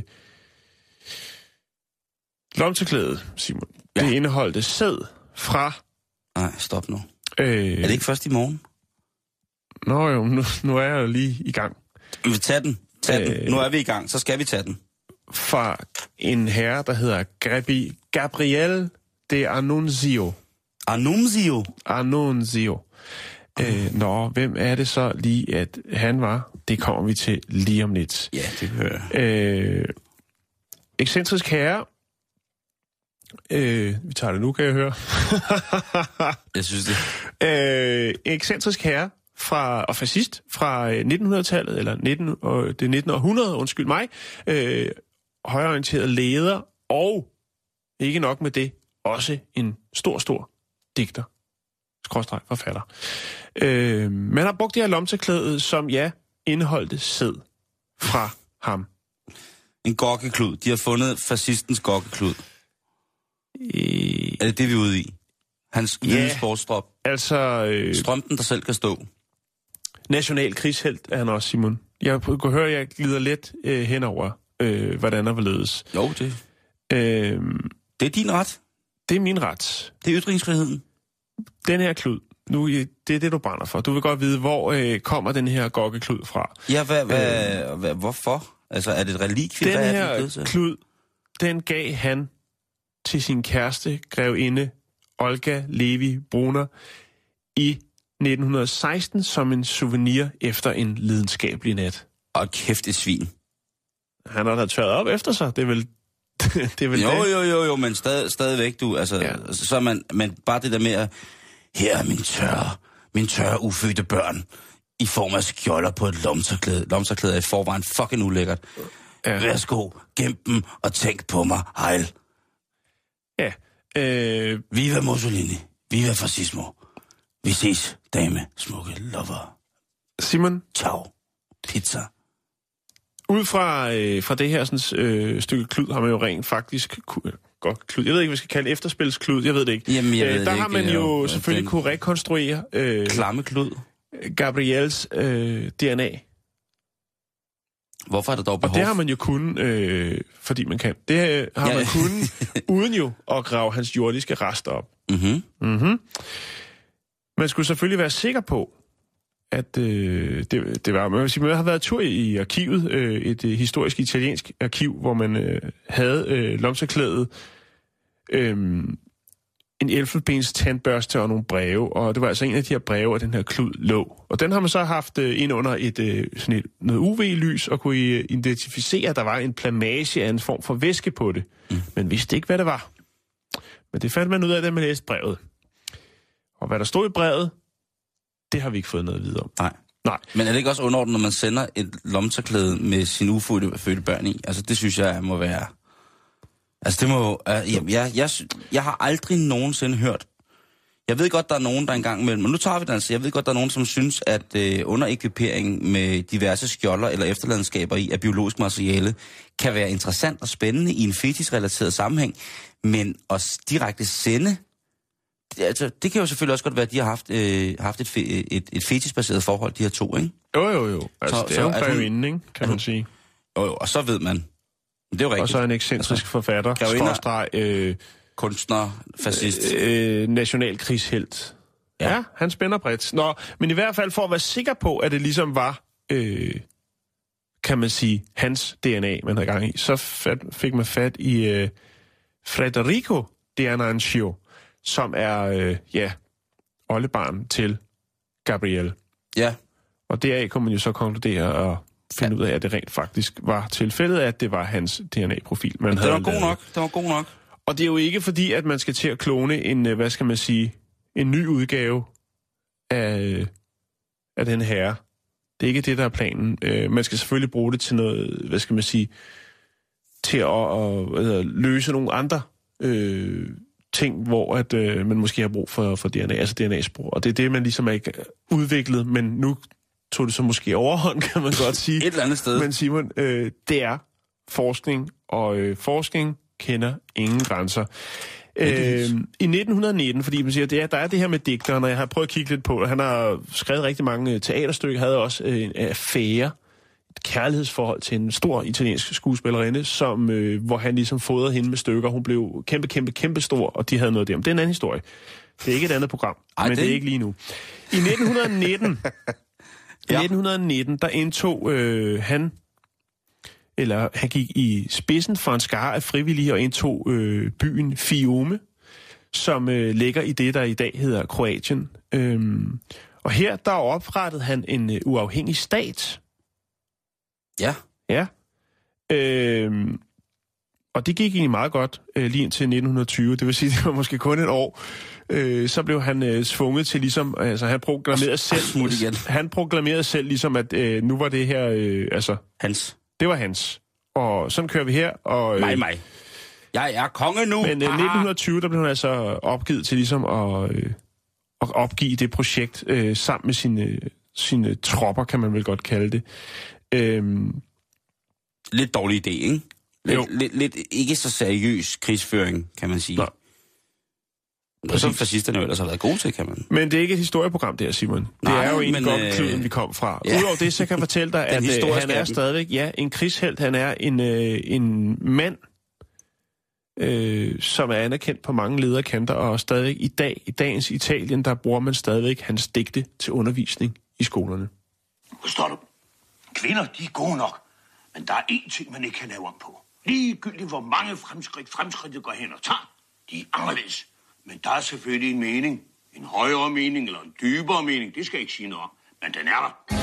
lomtørklædet, Simon, det indeholdte sæd fra... Nej, stop nu. Er det ikke først i morgen? Nå jo, nu er jeg jo lige i gang. Vi tager den. Nu er vi i gang, så skal vi tage den. Fra en herre, der hedder Gabriel Det er Annunzio. Annunzio. Hvem er det så lige, at han var? Det kommer vi til lige om lidt. Ja, det hører jeg. Excentrisk herre. Vi tager det nu, kan jeg høre. Jeg synes det. Excentrisk herre og fascist fra 1900-tallet, eller det 19. århundrede, undskyld mig. Højreorienteret leder, og ikke nok med det, også en stor digter. Forfatter. Man har brugt det her lomteklæde, som indeholdte sæd fra ham. En gokkeklud. De har fundet fascistens gokkeklud. Er det vi er ude i? Hans hvide sportsstrop. Altså... Strømpen, der selv kan stå. National krigshelt er han også, Simon. Jeg kunne høre, at jeg glider let henover, hvordan der vil ledes. Jo, det er din ret. Det er min ret. Det er ytringsfriheden. Den her klud, nu, det er det, du brænder for. Du vil godt vide, hvor kommer den her gokkeklud fra. Ja, hvorfor? Altså, er det et relikvie? Den her klud, den gav han til sin kæreste, grevinde Olga Levi Brunner, i 1916 som en souvenir efter en lidenskabelig nat. Og kæft et svin. Han har da tørret op efter sig, det er vel... Jo, men stadigvæk, du, altså, så er man bare det der med at, her er min tørre ufødte børn, i form af skjolder på et lomterklæde. Lomterklæde er i forvejen fucking ulækkert. Ja. Værsgo, gem dem og tænk på mig, hejl. Ja. Viva Mussolini, viva fascismo. Vi ses, dame, smukke lover. Simon? Ciao. Pizza. Ud fra det her sådan, stykke klud har man jo rent faktisk... Godt klud. Jeg ved ikke, hvad vi skal kalde efterspilsklud. Jeg ved det ikke. Jamen, der har man jo selvfølgelig kunne rekonstruere... Klammeklud. Gabriels DNA. Hvorfor er der dog behov? Og det har man jo kunnet, fordi man kan. Det har man kunnet, uden jo at grave hans jordiske rester op. Man skulle selvfølgelig være sikker på, at det var... Man har været tur i arkivet, et historisk italiensk arkiv, hvor man havde lomterklædet, en elfenbens tandbørste og nogle breve, og det var altså en af de her breve, og den her klud lå. Og den har man så haft ind under noget UV-lys, og kunne identificere, at der var en plamage af en form for væske på det. Men vidste ikke, hvad det var. Men det fandt man ud af, da man læste brevet. Og hvad der stod i brevet, det har vi ikke fået noget videre om. Nej. Men er det ikke også underordnet, når man sender et lomterklæde med sine ufødte børn i? Altså, det synes jeg må være... Altså, det må... Jeg har aldrig nogensinde hørt... Jeg ved godt, der er nogen, der engang mellem... Men nu tager vi den altså. Jeg ved godt, der er nogen, som synes, at under ekvipering med diverse skjolder eller efterladenskaber i af biologisk materiale, kan være interessant og spændende i en fetisrelateret sammenhæng. Men at direkte sende... Altså, det kan jo selvfølgelig også godt være, at de har haft et fetisbaseret forhold, de her to, ikke? Jo. Altså, det er jo grevinde, ikke? Kan man sige. Jo, og så ved man. Det er jo rigtigt. Og så en excentrisk forfatter, kunstner, fascist. National krigshelt. Ja, han spænder bredt. Men i hvert fald for at være sikker på, at det ligesom var, kan man sige, hans DNA, man havde gang i, så fik man fat i Federico D'Annunzio, som er, oldebarn til Gabriel. Ja. Og deraf kunne man jo så konkludere og finde ud af, at det rent faktisk var tilfældet, at det var hans DNA-profil. Det var god nok. Og det er jo ikke fordi, at man skal til at klone en, en ny udgave af den herre. Det er ikke det, der er planen. Man skal selvfølgelig bruge det til noget, til at løse nogle andre ting, hvor at man måske har brug for DNA, altså DNA-spor. Og det er det, man ligesom er ikke udviklet, men nu tog det så måske overhånd, kan man godt sige. Et eller andet sted. Men Simon, det er forskning, og forskning kender ingen grænser. I 1919, fordi man siger, der er det her med digteren, og jeg har prøvet at kigge lidt på det. Han har skrevet rigtig mange teaterstykker, havde også en affære, et kærlighedsforhold til en stor italiensk skuespillerinde, hvor han ligesom fodrede hende med stykker. Hun blev kæmpe stor, og de havde noget der. Men det er en anden historie. Det er ikke et andet program, men det er ikke lige nu. I 1919, der indtog han gik i spidsen for en skare af frivillige og indtog byen Fiume, som ligger i det, der i dag hedder Kroatien. Og her, der oprettede han en uafhængig stat. Ja. Ja. Og det gik egentlig meget godt, lige indtil 1920. Det vil sige, det var måske kun et år. Så blev han tvunget til ligesom, altså han proklamerede selv ligesom, at nu var det her, Hans. Det var hans. Og sådan kører vi her. Og, mig. Jeg er konge nu. Men 1920, der blev han altså opgivet til ligesom at opgive det projekt sammen med sine tropper, kan man vel godt kalde det. Lidt dårlig idé, ikke? Lidt ikke så seriøs krigsføring, kan man sige. Og så fascisterne jo ellers har været gode til, kan man. Men det er ikke et historieprogram, det her, Simon. Det er jo en godt kluden, vi kom fra. Ja. Udover det, så kan jeg fortælle dig, at han er stadigvæk en krigshelt. Han er en mand, som er anerkendt på mange lederkanter, og stadig i dagens Italien, der bruger man stadigvæk hans digte til undervisning i skolerne. Forstår du? Kvinder, de er gode nok, men der er én ting, man ikke kan lave om på. Ligegyldigt hvor mange fremskridt går hen og tager, de er anderledes. Men der er selvfølgelig en mening. En højere mening eller en dybere mening. Det skal jeg ikke sige noget om. Men den er der.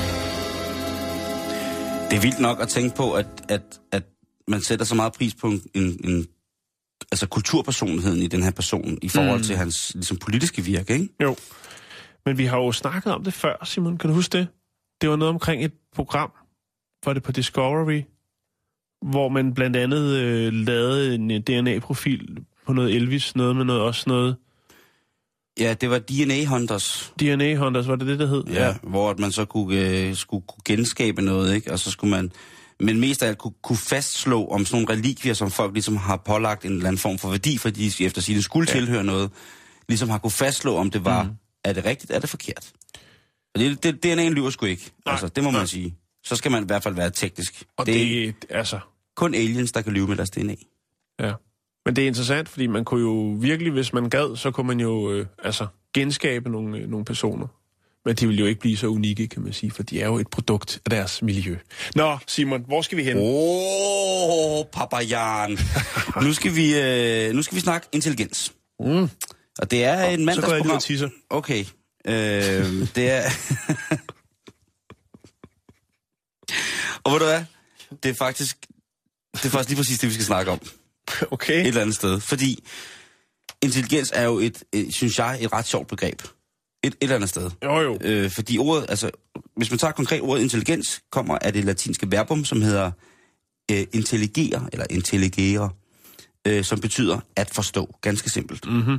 Det er vildt nok at tænke på, at man sætter så meget pris på altså kulturpersonligheden i den her person, i forhold til hans ligesom, politiske virke, ikke? Jo. Men vi har jo snakket om det før, Simon. Kan du huske det? Det var noget omkring et program, var det på Discovery, hvor man blandt andet lavede en DNA-profil på noget Elvis, noget med noget. Ja, det var DNA Hunters. DNA Hunters, var det, der hed? Ja, hvor man så skulle genskabe noget, ikke? Og så skulle man, men mest af alt kunne fastslå om sådan nogle relikvier, som folk ligesom har pålagt en eller anden form for værdi, fordi de efter sige, det skulle tilhøre noget, ligesom har kunne fastslå, om det var, er det rigtigt, er det forkert? Og DNA'en lyver sgu ikke. Nej, altså, det må man sige. Så skal man i hvert fald være teknisk. Og det er altså kun aliens, der kan lyve med deres DNA. Ja. Men det er interessant, fordi man kunne jo virkelig, hvis man gad, så kunne man jo genskabe nogle personer. Men de vil jo ikke blive så unikke, kan man sige, for de er jo et produkt af deres miljø. Nå, Simon, hvor skal vi hen? Papa Jan. nu skal vi snakke intelligens. Og det er en mandagsprogram. Så går jeg og tisser. Okay. Det er... Og ved du hvad? Det er faktisk lige præcis det, vi skal snakke om. Okay. Et eller andet sted. Fordi intelligens er jo synes jeg, et ret sjovt begreb. Et eller andet sted. Jo. Fordi ordet, altså, hvis man tager konkret ordet intelligens, kommer af det latinske verbum, som hedder intelligere, eller intelligere, som betyder at forstå. Ganske simpelt. Mm-hmm.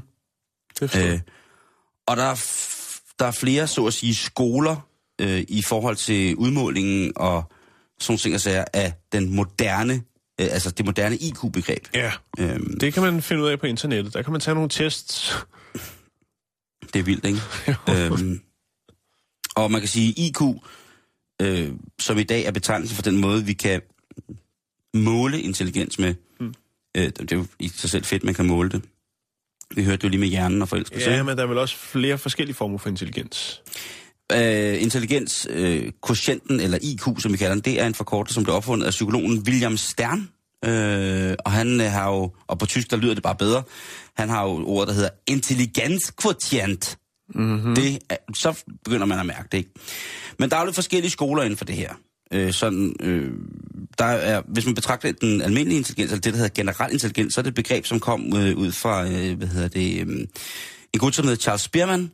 Og der er flere, så at sige, skoler i forhold til udmålingen og sådan ting at sige, af den moderne, altså det moderne IQ-begreb. Ja, det kan man finde ud af på internettet. Der kan man tage nogle tests. Det er vildt, ikke? Og man kan sige, IQ, som i dag er betegnelsen for den måde, vi kan måle intelligens med. Det er jo i sig selv fedt, man kan måle det. Vi hørte jo lige med hjernen og forelskelse. Ja, men der er vel også flere forskellige former for intelligens. Intelligens, quotienten, eller IQ, som vi kalder den, det er en forkortelse, som blev opfundet af psykologen William Stern. Og han har jo, og på tysk, der lyder det bare bedre, han har jo ordet, der hedder intelligensquotient. Mm-hmm. Så begynder man at mærke det, ikke? Men der er jo lidt forskellige skoler inden for det her. Der er, hvis man betragter den almindelige intelligens, eller det, der hedder generel intelligens, så er det et begreb, som kom ud fra, en gut, som hedder Charles Spearman,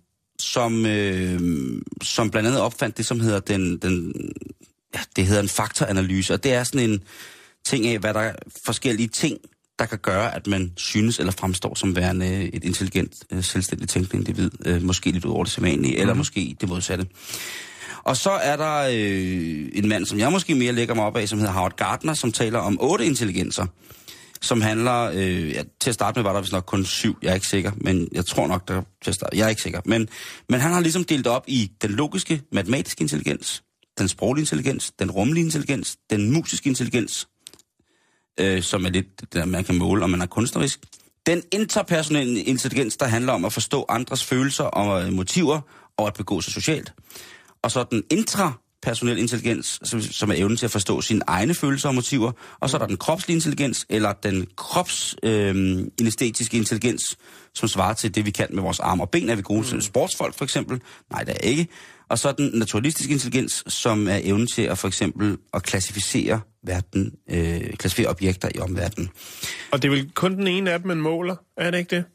som blandt andet opfandt det, som hedder det hedder en faktoranalyse, og det er sådan en ting af, hvad der er forskellige ting, der kan gøre, at man synes eller fremstår som værende et intelligent, selvstændigt tænkende individ, måske lidt ud over det sædvanlige, eller måske det modsatte. Og så er der en mand, som jeg måske mere lægger mig op af, som hedder Howard Gardner, som taler om 8 intelligenser, som handler, til at starte med var der vist nok kun 7, jeg er ikke sikker, men jeg tror nok, der til at starte, jeg er ikke sikker. Men han har ligesom delt op i den logiske, matematiske intelligens, den sproglige intelligens, den rumlige intelligens, den musiske intelligens, som er lidt det der, man kan måle, om man er kunstnerisk. Den interpersonelle intelligens, der handler om at forstå andres følelser og motiver, og at begå sig socialt. Og så den personel intelligens, som er evnen til at forstå sine egne følelser og motiver, og så er der den kropslige intelligens, eller den kropsinæstetiske intelligens, som svarer til det, vi kan med vores arme og ben. Er vi gode til sportsfolk, for eksempel? Nej, det er ikke. Og så den naturalistiske intelligens, som er evnen til at for eksempel at klassificere verden, klassificere objekter i omverdenen. Og det er vel kun den ene af dem, man måler, er det ikke det?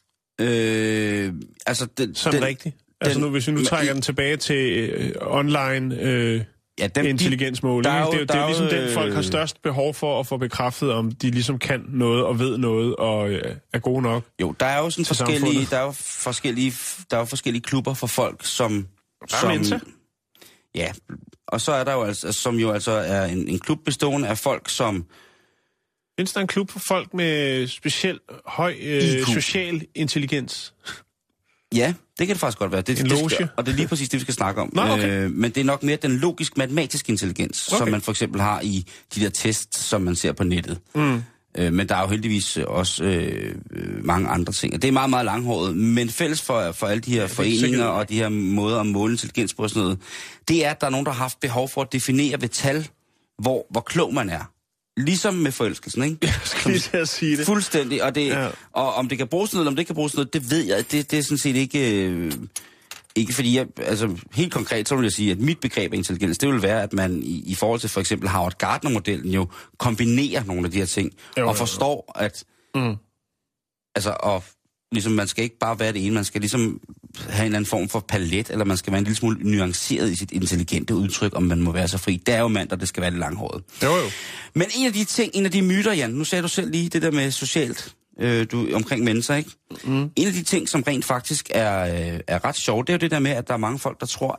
Rigtigt. Altså nu, hvis vi nu trækker den tilbage til online intelligensmåling, det er jo ligesom den, folk har størst behov for at få bekræftet, om de ligesom kan noget og ved noget og er gode nok. Jo, der er jo sådan forskellige klubber for folk, som ja, og så er der jo altså, som jo altså er en klub bestående af folk, som... Findes der en klub for folk med specielt høj social intelligens? Ja, det kan det faktisk godt være. Og det er lige præcis det, vi skal snakke om. Nå, okay. Men det er nok mere den logisk-matematiske intelligens, som man for eksempel har i de der tests, som man ser på nettet. Men der er jo heldigvis også mange andre ting. Og det er meget, meget langhåret. Men fælles for alle de her foreninger og de her måder at måle intelligens på og sådan noget, det er, at der er nogen, der har haft behov for at definere ved tal, hvor klog man er. Ligesom med forelskelsen, ikke? Jeg skal lige til at sige det. Fuldstændig. Og om det kan bruges noget, eller om det ikke kan bruges noget, det ved jeg. Det er sådan set ikke fordi jeg... Altså, helt konkret, så vil jeg sige, at mit begreb af intelligens, det vil være, at man i forhold til for eksempel Howard Gardner-modellen jo kombinerer nogle af de her ting, og forstår, at... Altså, og ligesom, man skal ikke bare være det ene, man skal ligesom have en eller anden form for palet, eller man skal være en lille smule nuanceret i sit intelligente udtryk, om man må være så fri. Det er jo mand, og det skal være lidt langhåret. Jo. Men en af de myter, Jan, nu sagde du selv lige det der med socialt, omkring mennesker, ikke? En af de ting, som rent faktisk er ret sjovt, det er jo det der med, at der er mange folk, der tror,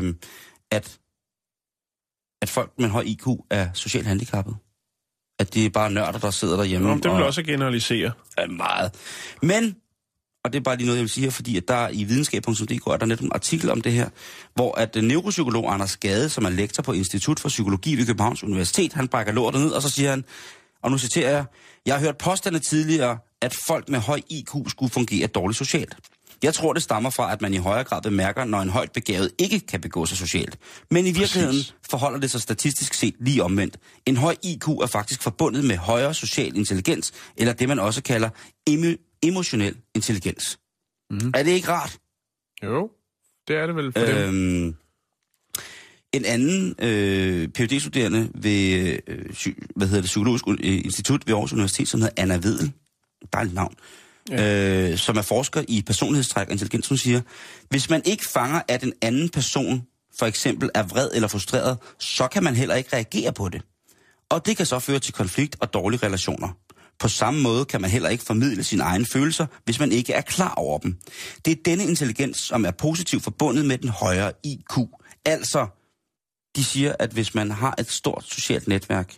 at folk med en høj IQ er socialt handicappet. At det er bare nørder, der sidder derhjemme. Det vil også generalisere. Meget. Men, og det er bare lige noget, jeg vil sige her, fordi at der i videnskab.dk er der netop en artikel om det her, hvor at neuropsykolog Anders Gade, som er lektor på Institut for Psykologi ved Københavns Universitet, han brækker lortet ned, og så siger han, og nu citerer jeg har hørt påstande tidligere, at folk med høj IQ skulle fungere dårligt socialt. Jeg tror, det stammer fra, at man i højere grad bemærker, når en højt begavet ikke kan begå sig socialt. Men i virkeligheden forholder det sig statistisk set lige omvendt. En høj IQ er faktisk forbundet med højere social intelligens, eller det man også kalder emotionel intelligens. Er det ikke rart? Jo, det er det vel for dem. En anden Ph.D.-studerende ved Psykologisk Institut ved Aarhus Universitet, som hedder Anna Vedel, dejligt navn, som er forsker i personlighedstræk og intelligens, som siger, hvis man ikke fanger, at en anden person for eksempel er vred eller frustreret, så kan man heller ikke reagere på det. Og det kan så føre til konflikt og dårlige relationer. På samme måde kan man heller ikke formidle sine egne følelser, hvis man ikke er klar over dem. Det er denne intelligens, som er positivt forbundet med den højere IQ. Altså, de siger, at hvis man har et stort socialt netværk,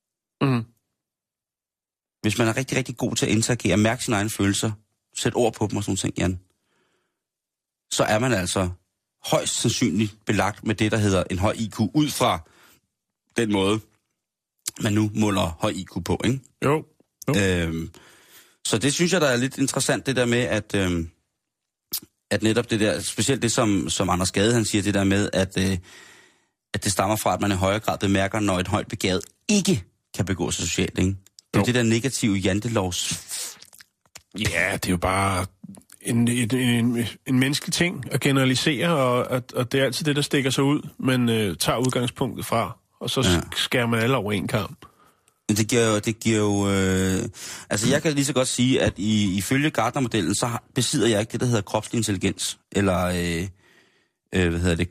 hvis man er rigtig, rigtig god til at interagere, mærke sine egne følelser, sætte ord på dem og sådan ting, Jan, så er man altså højst sandsynligt belagt med det, der hedder en høj IQ, ud fra den måde, man nu måler høj IQ på, ikke? Jo. Så det synes jeg, der er lidt interessant, det der med, at netop det der, specielt det, som Anders Gade, han siger, det der med, at det stammer fra, at man i højere grad bemærker, når et højt begavet ikke kan begå sig socialt, ikke? Det er det der negative jantelovs... Ja, det er jo bare en menneskelig ting at generalisere, og det er altid det, der stikker sig ud, men tager udgangspunktet fra, og så skærer man alle over en kamp. Det giver jo altså jeg kan lige så godt sige, at ifølge Gardner-modellen, så besidder jeg ikke det, der hedder kropslig intelligens, eller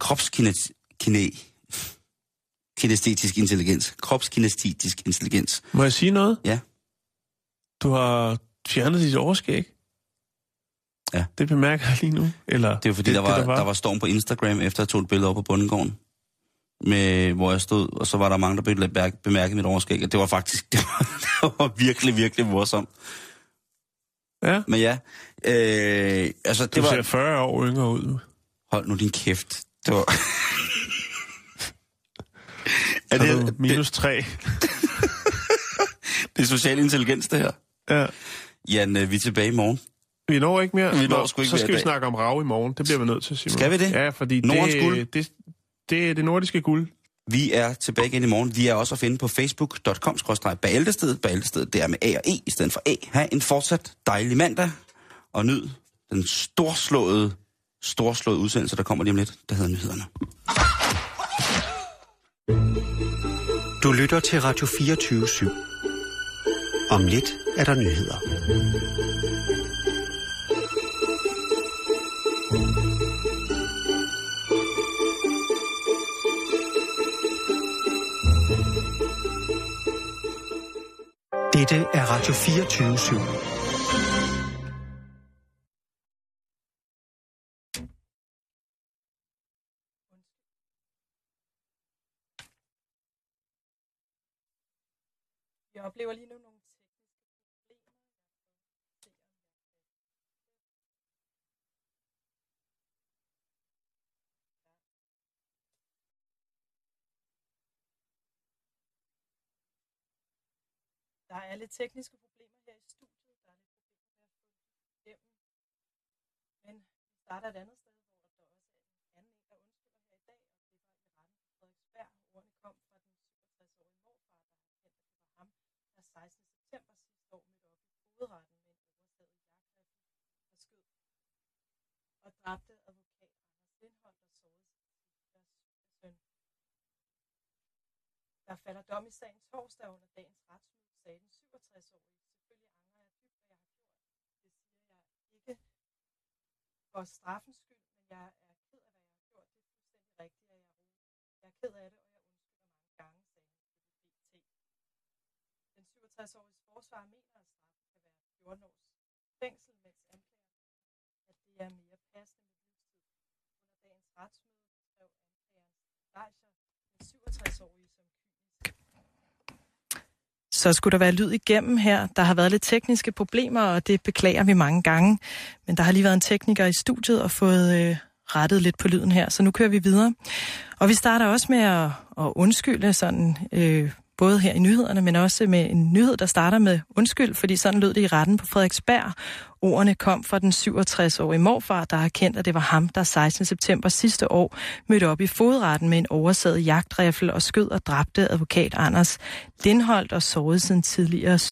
kinestetisk intelligens. Kropskinestetisk intelligens. Må jeg sige noget? Ja. Du har fjernet dit overskæg. Ja. Det bemærker jeg lige nu. Eller det er fordi, der var storm på Instagram, efter jeg tog et billede op på Bundegården, hvor jeg stod, og så var der mange, der bemærkede mit overskæg, og det var faktisk, det var virkelig, virkelig morsomt. Ja. Men ja, altså det du ser 40 år yngre ud. Hold nu din kæft. Det var... er det minus 3? Det er social intelligens, det her. Ja. Jan, vi er tilbage i morgen. Vi når ikke mere. Vi når sgu ikke så skal vi snakke om rav i morgen. Det bliver vi nødt til, Simon. Skal vi det? Ja, fordi Det er det nordiske guld. Vi er tilbage igen i morgen. Vi er også at finde på facebook.com/Bæltestedet. Bæltestedet, det er med A og E i stedet for A. Ha' en fortsat dejlig mandag, og nyd den storslåede udsendelse, der kommer lige om lidt, der hedder Nyhederne. Du lytter til Radio 24/7. Om lidt er der nyheder. Dette er Radio 24/7. Jeg oplever lige nu nogle tekniske problemer. Der er lidt tekniske problemer her i studiet. Der er lidt problemer med at få det igennem. Men vi starter et andet sted, hvor der også er en anden der undskylder her i dag. Og det var i retten på Frederiksberg. Ordene kom fra den 67-årige morfar, der har kendt, at det var ham, der 16. september sidste år mødte op i hovedretten med en overstadig jagtrifle og skød og dræbte advokat Anders Lindholdt og sårede sin søn. Der falder dom i sagen torsdag under dagens retsmøde, sagde den 67-årige. Selvfølgelig angrer jeg dybt, hvad jeg har gjort. Det siger jeg ikke for straffens skyld, men jeg er ked af, hvad jeg har gjort. Det er fuldstændig rigtigt, at jeg er ked af det, og jeg undskylder mange gange, sagde han til BT. Den 67-åriges forsvar mener, at straffen kan være 14 års fængsel, mens anklager, at det er mere passende med livstid. Under dagens retsmøde skrev anklageren Leischer, den 67-årige, som så skulle der være lyd igennem her. Der har været lidt tekniske problemer, og det beklager vi mange gange. Men der har lige været en tekniker i studiet og fået rettet lidt på lyden her, så nu kører vi videre. Og vi starter også med at undskylde sådan, både her i nyhederne, men også med en nyhed, der starter med undskyld, fordi sådan lød det i retten på Frederiksberg. Ordene kom fra den 67-årige morfar, der har kendt, at det var ham, der 16. september sidste år mødte op i fogedretten med en oversaget jagtriffel og skød og dræbte advokat Anders Lindholdt og sårede sin tidligere